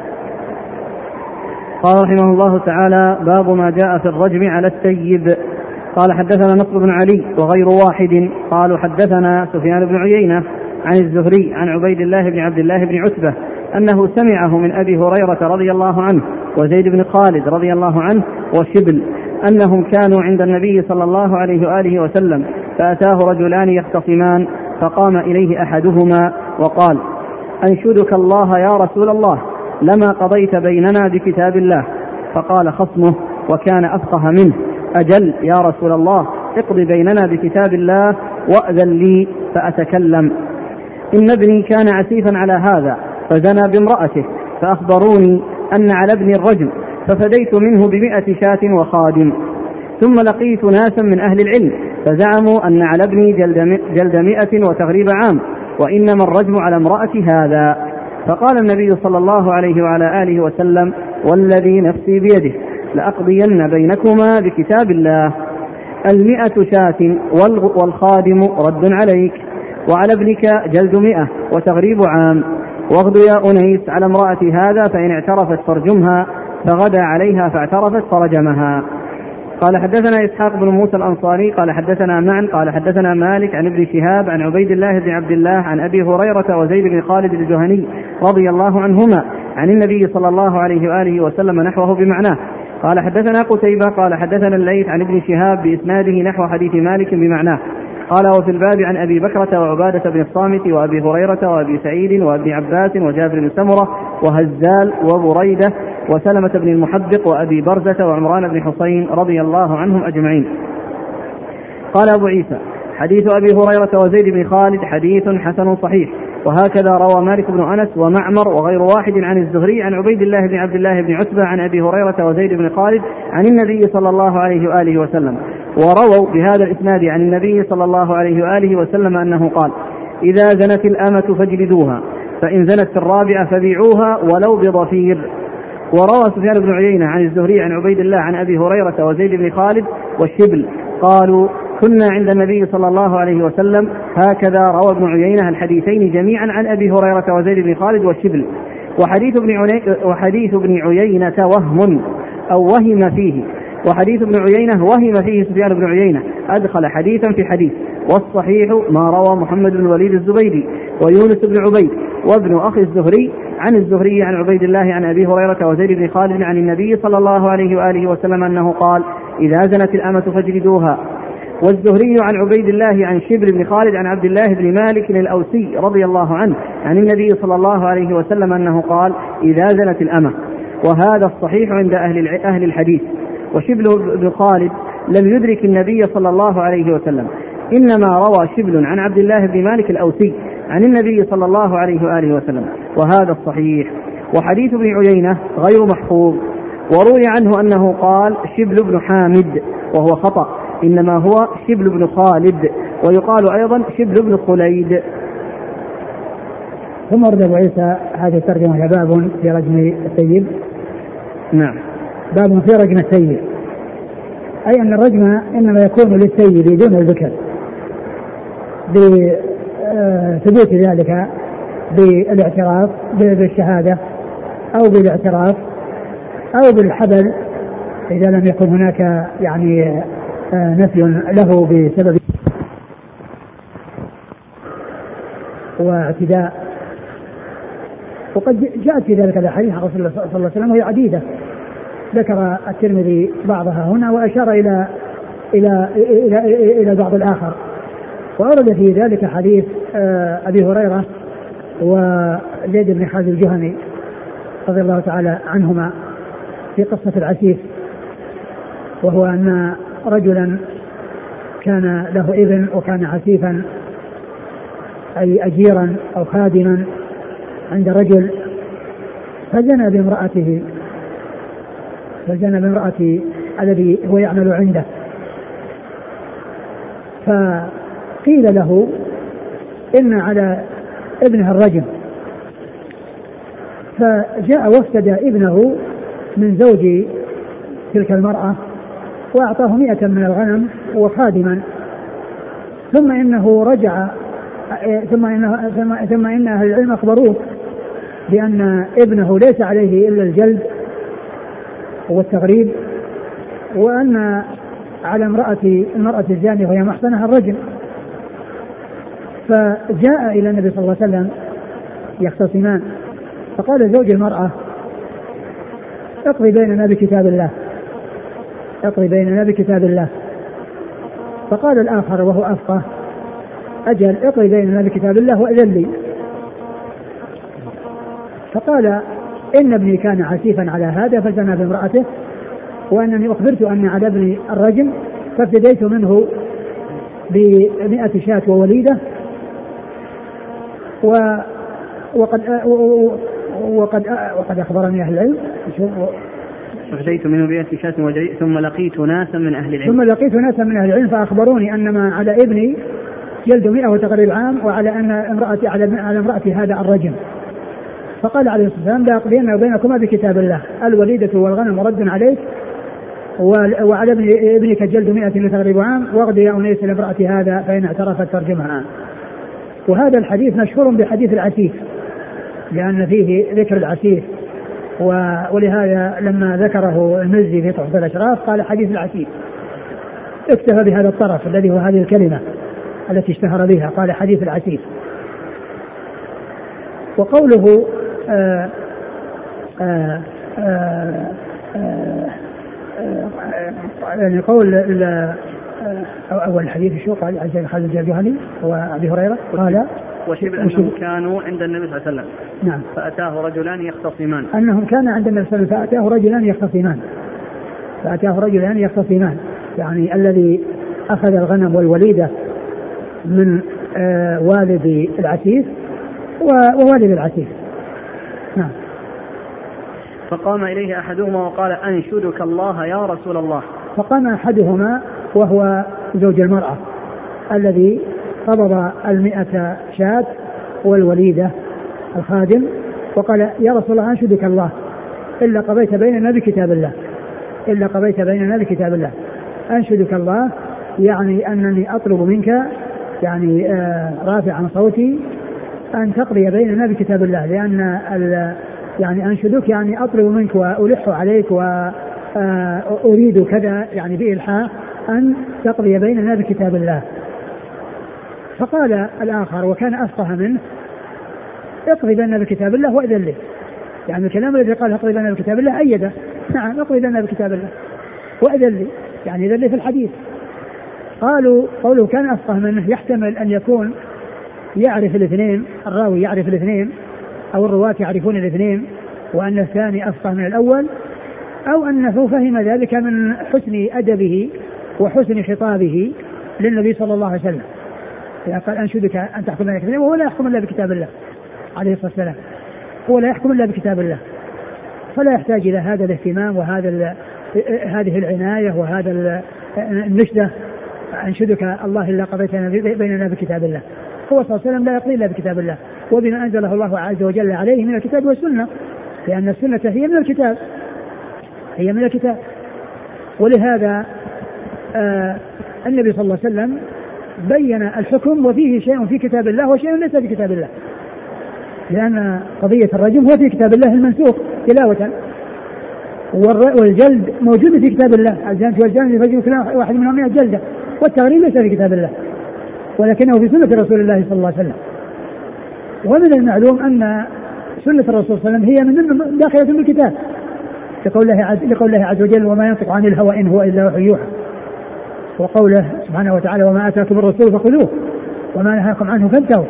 قال رحمه الله تعالى: باب ما جاء في الرجم على السيب. قال حدثنا نصر بن علي وغير واحد قالوا حدثنا سفيان بن عيينة عن الزهري عن عبيد الله بن عبد الله بن عتبة أنه سمعه من أبي هريرة رضي الله عنه وزيد بن خالد رضي الله عنه وشبل أنهم كانوا عند النبي صلى الله عليه وآله وسلم، فأتاه رجلان يختصمان، فقام إليه أحدهما وقال: أنشدك الله يا رسول الله، لما قضيت بيننا بكتاب الله. فقال خصمه وكان أفقه منه: أجل يا رسول الله، اقض بيننا بكتاب الله وأذن لي فأتكلم. إن ابني كان عسيفا على هذا فزنى بامرأته، فأخبروني أن على ابني الرجم، ففديت منه ب100 شاة وخادم. ثم لقيت ناسا من أهل العلم فزعموا أن على ابني جلد 100 وتغريب عام، وإنما الرجم على امرأة هذا. فقال النبي صلى الله عليه وعلى آله وسلم: والذي نفسي بيده لأقضين بينكما بكتاب الله، 100 شاة والخادم رد عليك، وعلى ابنك جلد 100 وتغريب عام، واغد يا أنيس على امرأة هذا، فإن اعترفت فارجمها، فغدا عليها فاعترفت فرجمها. قال حدثنا إسحاق بن موسى الأنصاري قال حدثنا معن قال حدثنا مالك عن ابن شهاب عن عبيد الله بن عبد الله عن أبي هريرة وزيد بن خالد الجهني رضي الله عنهما عن النبي صلى الله عليه وآله وسلم نحوه بمعناه. قال حدثنا قتيبة قال حدثنا الليث عن ابن شهاب بإسناده نحو حديث مالك بمعناه. قال: وفي الباب عن أبي بكرة وعبادة بن الصامت وأبي هريرة وأبي سعيد وابن عباس وجابر بن سمرة وهزال وبريدة وسلمة بن المحبق وأبي برزة وعمران بن حسين رضي الله عنهم أجمعين. قال أبو عيسى: حديث أبي هريرة وزيد بن خالد حديث حسن صحيح. وهكذا روى مالك بن أنس ومعمر وغير واحد عن الزهري عن عبيد الله بن عبد الله بن عتبة عن أبي هريرة وزيد بن خالد عن النبي صلى الله عليه وآله وسلم، ورووا بهذا الإسناد عن النبي صلى الله عليه وآله وسلم أنه قال: إذا زنت الأمة فاجلدوها، فإن زنت الرابعة فبيعوها ولو بضفير. وروى سفيان بن عيينة عن الزهري عن عبيد الله عن أبي هريرة وزيد بن خالد والشبل قالوا: كنا عند النبي صلى الله عليه وسلم. هكذا روى ابن عيينة الحديثين جميعا عن أبي هريرة وزيد بن خالد والشبل. وحديث ابن عيينة وهم أو وهم فيه، وحديث ابن عيينة وهم فيه سفيان بن عيينة، أدخل حديثا في حديث. والصحيح ما روى محمد بن الوليد الزبيدي ويونس بن عبيد وابن أخي الزهري عن الزهري عن عبيد الله عن أبي هريرة وزيد بن خالد عن النبي صلى الله عليه وآله وسلم أنه قال: إذا زنت الأمة فاجلدوها. والزهري عن عبيد الله عن شبر بن خالد عن عبد الله بن مالك الأوسي رضي الله عنه عن النبي صلى الله عليه وسلم أنه قال: إذا زنت الأمة. وهذا الصحيح عند أهل الحديث. وشبل بن خالد لم يدرك النبي صلى الله عليه وسلم، إنما روى شبل عن عبد الله بن مالك الأوسي عن النبي صلى الله عليه وآله وسلم، وهذا الصحيح. وحديث ابن عيينة غير محفوظ، وروي عنه أنه قال شبل بن حامد وهو خطأ، إنما هو شبل بن خالد، ويقال أيضا شبل بن خليد. ثم ورد أبو عيسى هذه الترجمة: باب في رجم السيب. نعم، باب في رجم السيب، أي أن الرجم إنما يكون للسيب دون الذكر، بثبوت ذلك بالاعتراف بالشهادة أو بالاعتراف أو بالحبل إذا لم يكن هناك يعني نفي له بسبب واعتداء. وقد جاءت في ذلك الحديث عن رسول الله صلى الله عليه وسلم وهي عديدة، ذكر الترمذي بعضها هنا وأشار إلى بعض الآخر. وأورد في ذلك حديث أبي هريرة وزيد بن خالد الجهني رضي الله تعالى عنهما في قصة العسيف، وهو أن رجلا كان له ابن وكان عسيفا أي أجيرا أو خادما عند رجل، فزنى بامرأته الذي هو يعمل عنده، فقيل له إن على ابنه الرجم، فجاء وافتدى ابنه من زوج تلك المرأة وأعطاه 100 من الغنم وخادما، ثم إنه رجع ثم إن أهل العلم أخبروه بأن ابنه ليس عليه إلا الجلد والتغريب، وأن على المرأة الزانية وهي محصنة الرجم. فجاء إلى النبي صلى الله عليه وسلم يختصمان، فقال زوج المرأة: اقضي بيننا بكتاب الله، اقضي بيننا بكتاب الله. فقال الآخر وهو أفقه: أجل، اقضي بيننا بكتاب الله وأذن لي. فقال: إن ابني كان عسيفا على هذا فزنى بامرأته، وأنني أخبرت أن على ابني الرجم فابتديت منه ب100 شاة ووليدة، وقد أخبرني أهل العلم. فابتديت منه ب100 شاة ووليدة ثم لقيت ناسا من أهل العلم فأخبروني أنما على ابني جلد 100 وتغريب عام، وعلى أن على امرأتي هذا الرجم. فقال عليه الصلاة والسلام: لا أقضين بينكما بكتاب الله، الوليدة والغنم رد عليك، وعلى ابنك جلد 100 وتغريب عام، واغضي يا أنيس لامرأة هذا فإن اعترفت ترجمها. وهذا الحديث مشهور بحديث العسيف، لأن فيه ذكر العسيف، ولهذا لما ذكره المزي في تحفة الأشراف قال حديث العسيف، اكتفى بهذا الطرف الذي هو هذه الكلمة التي اشتهر بها، قال حديث العسيف. وقوله يعني قول أول الحديث شو قال عن خالد الجهني وأبي هريرة قال: وشبه أنهم كانوا عند النبي صلى الله عليه وسلم. نعم. فأتاه رجلان يختصمان. أنهم كان عند النبي صلى الله عليه وسلم فأتاه رجلان يختصمان، يعني الذي أخذ الغنم والوليدة من والد العسيف ووالد العسيف. نعم. فقام إليه أحدهما وقال: أنشدك الله يا رسول الله. فقام أحدهما وهو زوج المرأة الذي قبض 100 شاة والوليدة الخادم، وقال: يا رسول الله أنشدك الله إلا قضيت بيننا بكتاب الله، أنشدك الله يعني أنني أطلب منك، يعني رافعا صوتي، أن تقضي بيننا بكتاب الله، لأن يعني أنشدك يعني أطلب منك وألح عليك وأريد كذا، يعني بإلحاح أن تقضي بيننا بكتاب الله. فقال الآخر وكان أفقه منه: اقضي بيننا بكتاب الله وأذن لي. يعني الكلام الذي قال اقضي بيننا بكتاب الله أيده، نعم اقضي بيننا بكتاب الله وأذن لي، يعني أذن لي في الحديث. قالوا قوله كان أفقه منه يحتمل أن يكون يعرف الاثنين، الراوي يعرف الاثنين أو الرواة يعرفون الاثنين، وأن الثاني أفقه من الأول، أو أنه فهم ذلك من حسن أدبه وحسن خطابه للنبي صلى الله عليه وسلم. قال: أنشدك أن تحكم بين الاثنين، وهو لا يحكم إلا بكتاب الله عليه الصلاة والسلام، هو لا يحكم إلا بكتاب الله، فلا يحتاج إلى هذا الاهتمام هذه العناية وهذا النشدة: أنشدك الله إلا قضيت بيننا بكتاب الله. هو صلى الله عليه وسلم لا يقضي إلا بكتاب الله وبما أنزله الله عز وجل عليه من الكتاب والسنة، لأن السنة هي من الكتاب. ولهذا النبي صلى الله عليه وسلم بين الحكم وفيه شيء في كتاب الله وشيء ليس في كتاب الله، لأن قضية الرجم هو في كتاب الله المنسوخ تلاوة، والجلد موجود في كتاب الله، الجلد والجلد يفجر كل واحد منهم 100 جلدة، والتغريب ليس في كتاب الله ولكنه في سنة رسول الله صلى الله عليه وسلم. ومن المعلوم أن سنة الرسول صلى الله عليه وسلم هي من داخلة بالكتاب، لقول الله عز وجل: وما ينطق عن الهوى إن هو إلا وحي يوحى، وقوله سبحانه وتعالى: وما آتاكم الرسول فخذوه وما نهاكم عنه فانتهوا.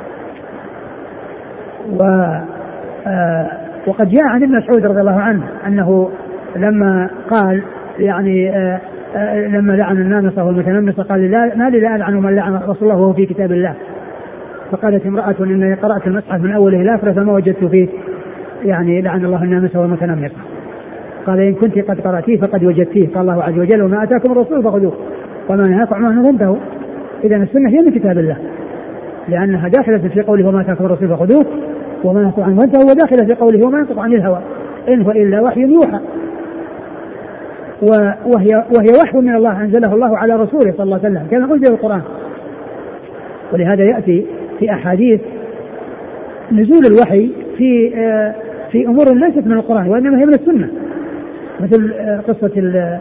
وقد جاء عن ابن مسعود رضي الله عنه أنه لما قال يعني لما لعن النامصة والمتنمصة قال: ما لي لا ألعن من لعن رسول الله وهو في كتاب الله. فقالت امرأة: إني قرأت المصحف من أوله إلى آخره فما وجدت فيه يعني لعن الله النامصة والمتنمصة. قال: إن كنت قد قرأتيه فقد وجدتيه، قال الله عز وجل: وما آتاكم الرسول فخذوه وما نهاكم عنه فانتهوا. إذا السنة هي من كتاب الله، لأنها داخلة في قوله: وما آتاكم الرسول فخذوه وما نهاكم عنه فانتهوا، وداخلة في قوله: وما ينطق عن الهوى إن هو إلا وحي يوحى. وهي وحي من الله أنزله الله على رسوله صلى الله عليه وسلم كما أنزل القرآن. ولهذا يأتي في أحاديث نزول الوحي في أمور ليست من القرآن وإنما هي من السنة، مثل قصة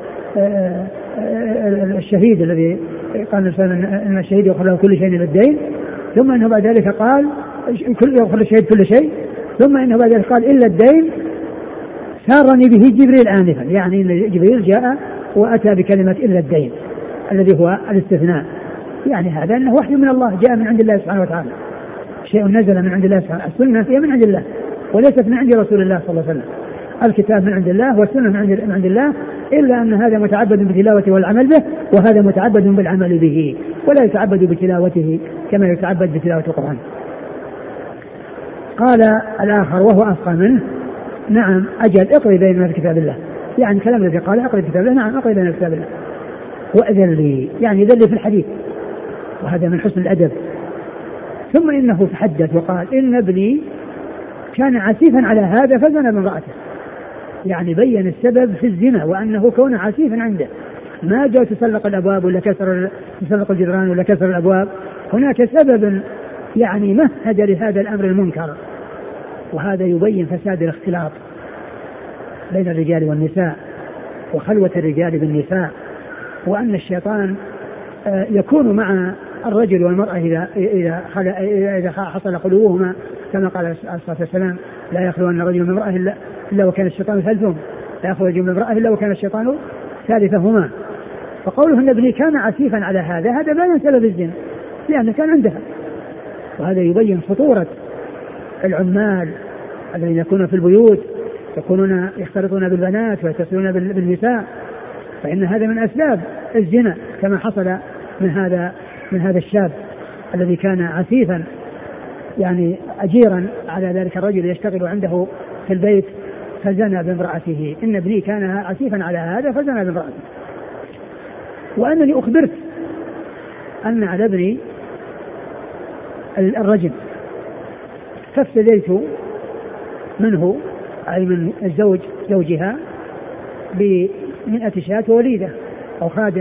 الشهيد الذي قال إن الشهيد يغفر له كل شيء إلا الدين، ثم إنه بعد ذلك قال يغفر الشهيد كل شيء، ثم إنه بعد ذلك قال إلا الدين سارني به جبريل آنفا، يعني إن جبريل جاء وأتى بكلمة إلا الدين الذي هو الاستثناء، يعني هذا أنه وحي من الله جاء من عند الله سبحانه وتعالى، شيء نزل من عند الله سبحانه. السنة هي من عند الله وليست من عند رسول الله صلى الله عليه وسلم. الكتاب من عند الله والسنة من عند الله، إلا أن هذا متعبد بتلاوته والعمل به، وهذا متعبد بالعمل به، ولا يتعبد بتلاوته كما يتعبد بتلاوة القرآن. قال الآخر وهو أفقه منه: نعم أجل اقضي بيننا في كتاب الله، يعني كلام الذي قال اقضي في كتاب الله، نعم اقضي بيننا في كتاب الله، وأذن لي، يعني ذل في الحديث، وهذا من حسن الأدب. ثم إنه تحدث وقال إن ابني كان عسيفا على هذا فزنى بامرأته، يعني بين السبب في الزنا وأنه كون عسيفا عنده، ما جاء تسلق الأبواب ولا تسلق الجدران ولا كسر الأبواب، هناك سبب يعني مهد لهذا الأمر المنكر، وهذا يبين فساد الاختلاط بين الرجال والنساء وخلوة الرجال بالنساء، وأن الشيطان يكون مع الرجل والمرأة إذا حصل خلوهما، كما قال عليه الصلاة والسلام: لا يخلون رجل من امرأة إلا وكان الشيطان ثالثهم، لا يخلو رجل من امرأة إلا وكان الشيطان ثالثهما. فقوله أن ابني كان عسيفا على هذا بين سبب الزنا لأنه كان عندها، وهذا يبين خطورة العمال الذين يكونون في البيوت يكونون يختلطون بالبنات ويتصلون بالنساء، فإن هذا من أسباب الزنا، كما حصل من هذا الشاب الذي كان عسيفا، يعني أجيرا على ذلك الرجل يشتغل عنده في البيت فزنى بامرأته. إن ابني كان عسيفا على هذا فزنى بامرأته. وأنني أخبرت أن على ابني الرجم، فافتديت منه أي من زوجها ب100 شاة ووليدة أو خادم،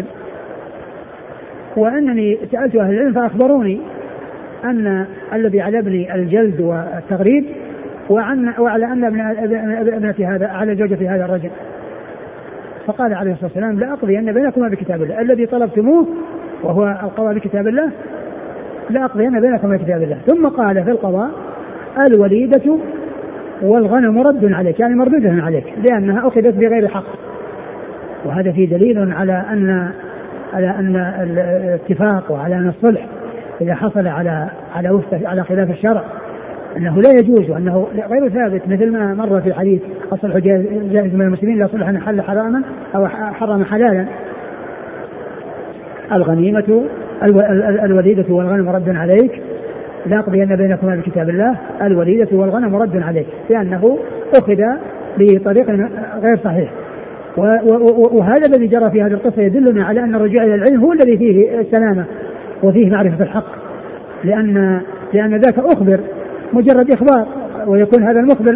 وأنني سألت أهل العلم فأخبروني أن الذي على ابني الجلد والتغريب، وعلى أن ابنتي هذا على زوجة هذا الرجل. فقال عليه الصلاة والسلام: لا أقضي أن بينكما بكتاب الله، الذي طلبتموه وهو القضاء بكتاب الله، لا أقضي أن بينكما بكتاب الله. ثم قال في القضاء: الوليدة والغنم رد عليك، يعني مردودة عليك لأنها أخذت بغير حق. وهذا فيه دليل على أن الاتفاق وعلى أن الصلح إذا حصل على خلاف الشرع أنه لا يجوز، وأنه غير ثابت، مثل ما مر في الحديث: الصلح جائز من المسلمين لا صلح حل حراما أو حرم حلالا. الغنيمة الوليدة والغنم رد عليك، لا أقضي أن بينكما بكتاب الله، الوليدة والغنم رد عليك، لأنه أخذ بطريق غير صحيح. وهذا الذي جرى في هذه القصة يدلنا على أن الرجوع إلى العلم هو الذي فيه السلامة وفيه معرفة الحق، لأن ذاك أخبر مجرد إخبار، ويكون هذا المخبر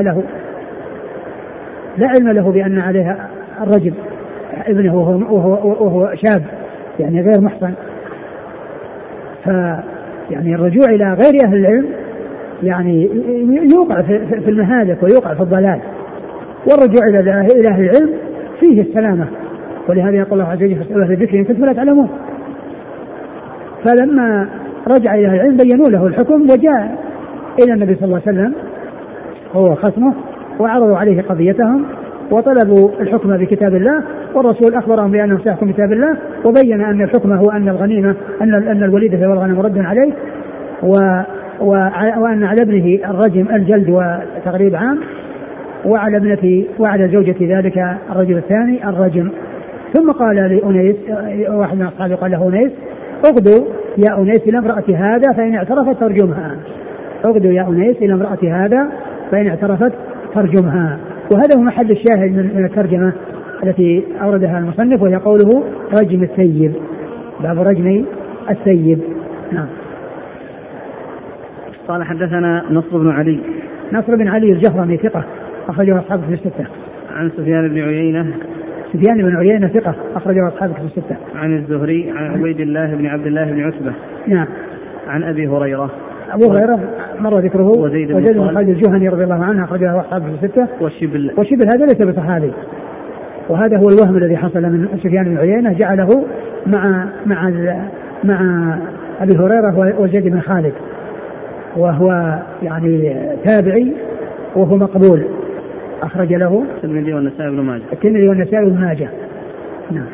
لا علم له بأن عليها الرجل ابنه وهو شاب يعني غير محصن. يعني الرجوع إلى غير أهل العلم يعني يوقع في المهالك ويوقع في الضلال، والرجوع إلى أهل العلم فيه السلامة. ولهذا يقول الله عز وجل: فاسألوا أهل الذكر إن كنتم لا تعلمون. فلما رجع إلى أهل العلم بينوا له الحكم، وجاء إلى النبي صلى الله عليه وسلم هو خصمه، وعرضوا عليه قضيتهم وطلبوا الحكم بكتاب الله، والرسول أخبرهم بأنه سيحكم بكتاب الله، وبين أن الحكم هو أن الغنيمة أن الوليدة والغنم رد عليه، وأن على ابنه الرجم الجلد وتغريب عام، وعلى ابنته وعلى زوجة ذلك الرجل الثاني الرجم. ثم قال لأنيس، واحد من أصحابه قال له: أنيس اغدوا يا أنيس إلى امرأة هذا فإن اعترفت ترجمها، اغدوا يا أنيس إلى امرأة هذا فإن اعترفت ترجمها. وهذا هو محل الشاهد من الترجمة التي أوردها المصنف، وهي قوله: رجم الثيب، باب رجم الثيب. نعم. قال: حدثنا نصر بن علي الجهرمي ثقة أخرجه أصحابه في الستة. عن سفيان بن عيينة ثقة أخرجه أصحابه في الستة. عن الزهري عن عبيد الله بن عبد الله بن عتبة. نعم. عن أبي هريرة. أبو هريرة مر ذكره. وزيد بن خالد الجهني رضي الله عنه أخرجه أصحاب الستة. والشبل هذا ليس بصحابي، وهذا هو الوهم الذي حصل من سفيان بن عيينة، جعله مع أبي هريرة وزيد بن خالد، وهو يعني تابعي وهو مقبول، أخرج له الترمذي والنسائي بن ماجه. نعم.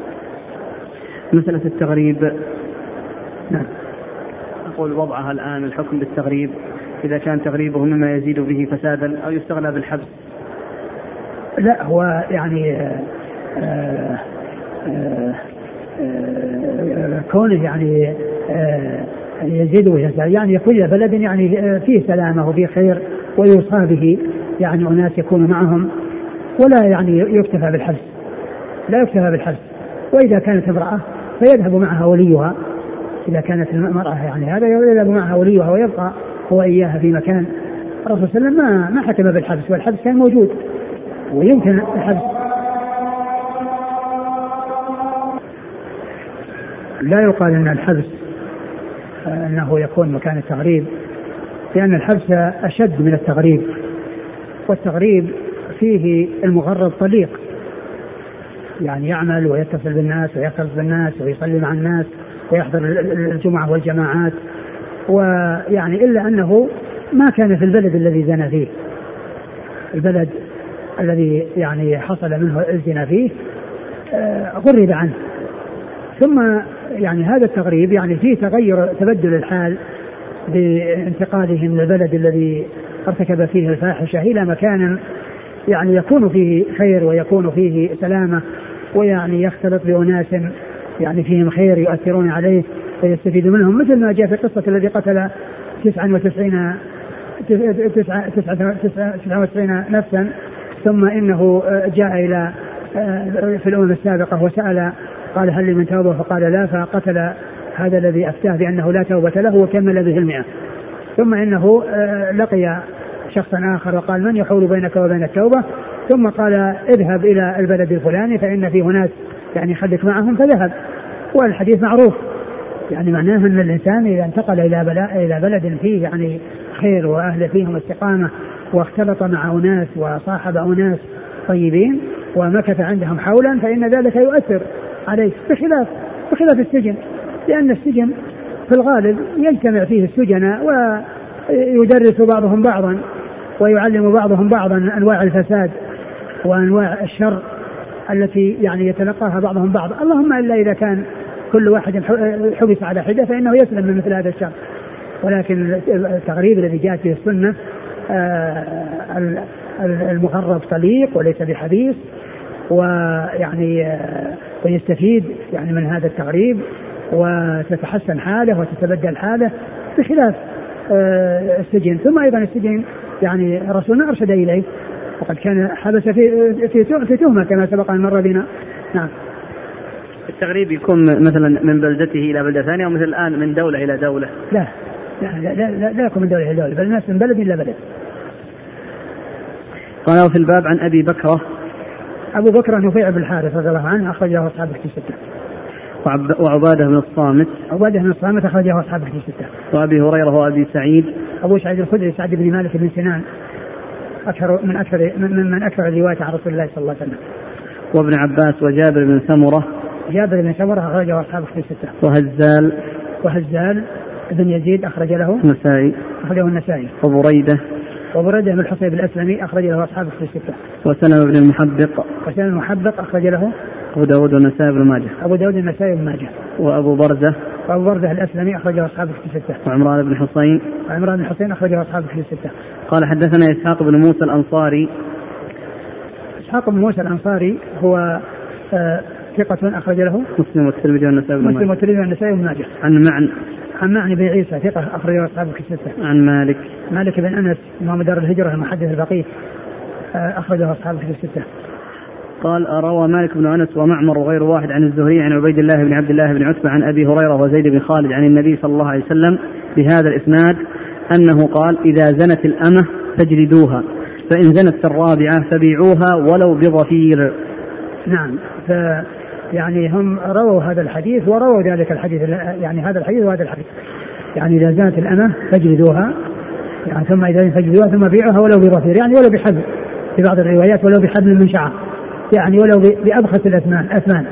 مسألة التغريب. نعم. أقول وضعها الآن الحكم بالتغريب إذا كان تغريبه مما يزيد به فسادا أو يستغنى بالحبس. لا، هو يعني كونه يعني يزيد ويزداد، يعني يكون إلى بلد يعني فيه سلامة وفيه خير ويوصى به، يعني أناس يكونوا معهم، ولا يعني يكتفى بالحبس، لا يكتفى بالحبس. وإذا كانت امرأة فيذهب معها وليها، إذا كانت المرأة يعني هذا يذهب معها وليها ويبقى هو إياها في مكان. الرسول صلى الله عليه وسلم ما حكم بالحبس، والحبس كان موجود ويمكن الحبس. لا يقال أن الحبس أنه يكون مكان التغريب، لأن الحبس أشد من التغريب، والتغريب فيه المغرب طليق، يعني يعمل ويتصل بالناس ويختلط بالناس ويصلي مع الناس ويحضر الجمعة والجماعات، ويعني إلا أنه ما كان في البلد الذي زنى فيه، البلد الذي يعني حصل منه الزنا فيه غرب عنه. ثم يعني هذا التغريب يعني فيه تبدل الحال بانتقاله من البلد الذي ارتكب فيه الفاحشة إلى مكان يعني يكون فيه خير ويكون فيه سلامة، ويعني يختلط بأناس يعني فيهم خير يؤثرون عليه ويستفيد منهم، مثل ما جاء في قصة الذي قتل 99 نفسا، ثم إنه جاء إلى في الأمم السابقة وسأل قال هل لي من توبة، فقال لا، فقتل هذا الذي أفتاه بأنه لا توبة له وكمل به 100. ثم إنه لقي شخصا آخر وقال من يحول بينك وبين التوبة، ثم قال اذهب إلى البلد الفلاني فإن فيه ناس يعني خليك معهم، فذهب. والحديث معروف، يعني معناه أن الإنسان إذا انتقل إلى بلد فيه يعني خير وأهل فيهم استقامة واختلط مع أناس وصاحب أناس طيبين ومكث عندهم حولا، فإن ذلك يؤثر عليه، بخلاف السجن، لأن السجن في الغالب يجتمع فيه السجناء ويدرس بعضهم بعضا ويعلم بعضهم بعضا أنواع الفساد وأنواع الشر التي يعني يتلقاها بعضهم بعض، اللهم إلا إذا كان كل واحد حبس على حدة فإنه يسلم من مثل هذا الشر. ولكن التغريب الذي جاءت به السنة المغرب طليق وليس بحبيس، ويعني ويستفيد يعني من هذا التغريب وتتحسن حاله وتتبدل حاله بخلاف السجن. ثم أيضا السجن يعني رسولنا أرشد إليه، وقد كان حبس في تهمة كما سبق أن مر بنا. نعم. التغريب يكون مثلا من بلدته إلى بلدة ثانية، أو مثل الآن من دولة إلى دولة؟ لا لا لا لا, لا يكون من دولة إلى دولة، بل الناس من بلد إلى بلد. قال في الباب عن أبي بكرة. أبو بكر نفيع بن الحارث رضي الله عنه أخرجه أصحاب الكتب الستة. وعبادة بن الصامت. عبادة بن الصامت أخرجه أصحاب الكتب الستة. وأبي هريرة وأبي سعيد. أبو سعيد الخدري سعد بن مالك بن سنان من أكثر الرواية عن رسول الله صلى الله عليه وسلم. وابن عباس وجابر بن سمرة. جابر بن سمرة أخرجه أصحاب الكتب الستة. وهزال بن يزيد أخرج له النسائي. أخرجه النسائي. وبريدة بن الحصيب الأسلمي أخرج له أصحاب الكتب الستة. وسلمة بن المحبق أخرج له أبو داود والنسائي بن ماجه. وأبو برزة الأسلمي أخرجه أصحاب الكتب الستة. وعمران بن حسين أخرجه أصحاب الكتب الستة. قال حدثنا إسحاق بن موسى الأنصاري. إسحاق بن موسى الأنصاري هو ثقة أخرج له مسلم والترمذي والنسائي بن ماجه. عن معني بن عيسى ثقة أخرجه أصحاب الكتب الستة. عن مالك بن أنس إمام دار الهجرة المحدث الفقيه أخرجه أصحاب الكتب الستة. قال روى مالك بن أنس ومعمر وغير واحد عن الزهري عن عبيد الله بن عبد الله بن عتبة عن أبي هريرة وزيد بن خالد عن النبي صلى الله عليه وسلم بهذا الإسناد أنه قال إذا زنت الأمة فاجلدوها، فإن زنت الرابعة فبيعوها ولو بضفير. نعم. يعني هم رووا هذا الحديث ورووا ذلك الحديث، يعني هذا الحديث وهذا الحديث. يعني إذا زانت الأمة فاجلدوها، يعني ثم إذا فاجلدوها ثم بيعوها ولو بظفير، يعني ولو بحبل في بعض الروايات، ولو بحبل من شعر، يعني ولو بأبخس الأثمان.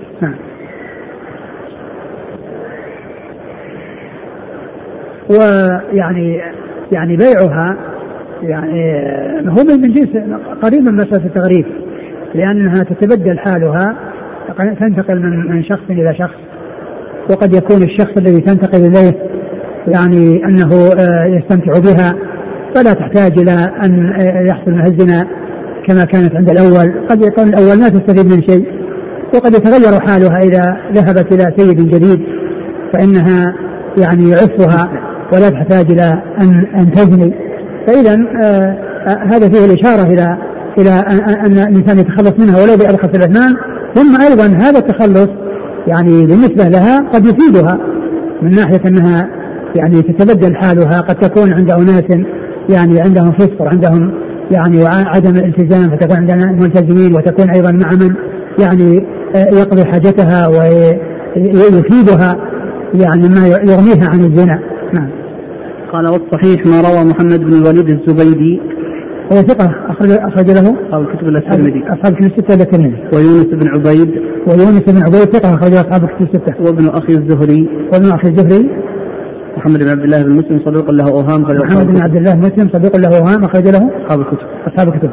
ويعني بيعها يعني هو من جنس قريب من مسألة التغريب، لأنها تتبدل حالها، تنتقل من شخص إلى شخص، وقد يكون الشخص الذي تنتقل إليه يعني أنه يستمتع بها فلا تحتاج إلى أن يحصل منها الزنا كما كانت عند الأول. قد يكون الأول ما تستفيد من شيء، وقد يتغير حالها إذا ذهبت إلى سيد جديد فإنها يعني يعفها ولا تحتاج إلى أن تزني. فإذا هذا فيه الإشارة إلى أن الإنسان يتخلص منها ولو بأبخس الأثمان. ثم أيضا هذا التخلص يعني بالنسبة لها قد يفيدها من ناحية أنها يعني تتبدل حالها، قد تكون عند أناس يعني عندهم فسق وعندهم يعني عدم الالتزام، فتكون عندنا ملتزمين، وتكون أيضا مع من يعني يقضي حاجتها ويفيدها يعني ما يغنيها عن الزنا. نعم. قال والصحيح ما روى محمد بن الوليد الزبيدي، هو ثقة أخرج له أصحاب الكتب الترمذي، أصحاب الكتب الستة الترمذي. ويونس بن عبيد ثقة أخرج له أصحاب الكتب الستة. وابن أخي الزهري محمد بن عبد الله بن مسلم صدوق له أوهام، محمد بن عبد الله مسلم صدوق له أوهام، أخرج له أصحاب الكتب.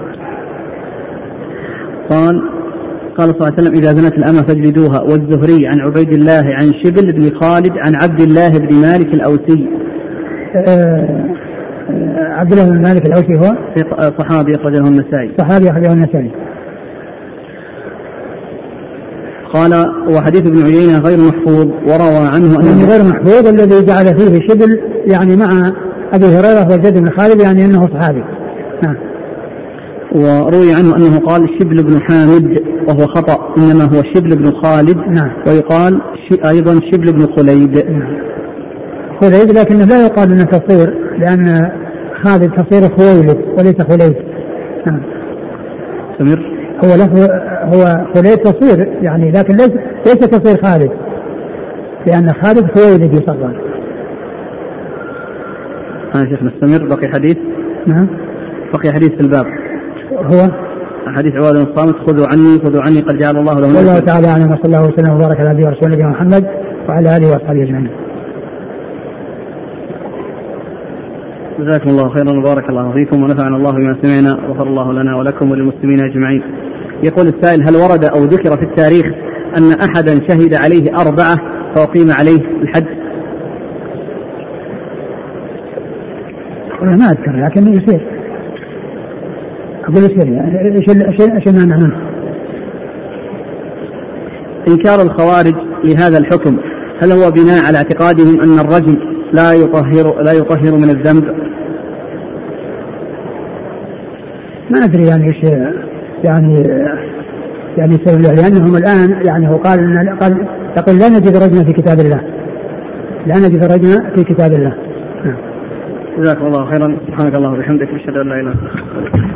قال صلى الله عليه وسلم إذا زنت الأمة فاجلدوها. والزهري عن عبيد الله عن شبل بن خالد عن عبد الله بن مالك الأوسي. عبد الله بن مالك الأوسي هو صحابي أخرجه النسائي. قال وحديث ابن عيينة غير محفوظ، وروى عنه أنه غير محفوظ الذي جعل فيه شبل يعني مع أبي هريرة وزيد بن خالد يعني أنه صحابي. نعم. وروي عنه أنه قال شبل بن حامد وهو خطأ، إنما هو شبل بن خالد. نعم. ويقال أيضا شبل بن خليد. نعم. خليد، لكنه لا يقال أنه تصير، لأن خالد تصير خويلد وليس خليد. نعم. سمير هو خليد تصير يعني، لكن ليس تصير خالد، لأن خالد خويلد يصغر. شيخنا استمر، بقي حديث. نعم. بقي حديث في الباب، هو حديث عباد الصامت خذوا عني قد جعل الله له. والله تعالى أعلم، وصلى الله وسلم وبارك على نبينا ورسوله محمد وعلى آله وأصحابه أجمعين. جزاكم الله خيرا وبارك الله فيكم ونفعنا الله بما سمعنا وغفر الله لنا ولكم وللمسلمين أجمعين. يقول السائل: هل ورد أو ذكر في التاريخ أن أحدا شهد عليه 4 فأقيم عليه الحد؟ أنا ما أذكر، لكن يصير. أقول يصير. إيش المعنى؟ إنكار الخوارج لهذا الحكم هل هو بناء على اعتقادهم أن الرجم لا يطهر من الذنب؟ ما أدري يعني إيش يعني يسوي له، لأنهم الآن يعني هو قال يقول لا نجد رجما في كتاب الله، لا نجد رجما في كتاب الله. جزاك الله خيرا. سبحانك الله وبحمدك، أشهد أن لا إله إلا أنت.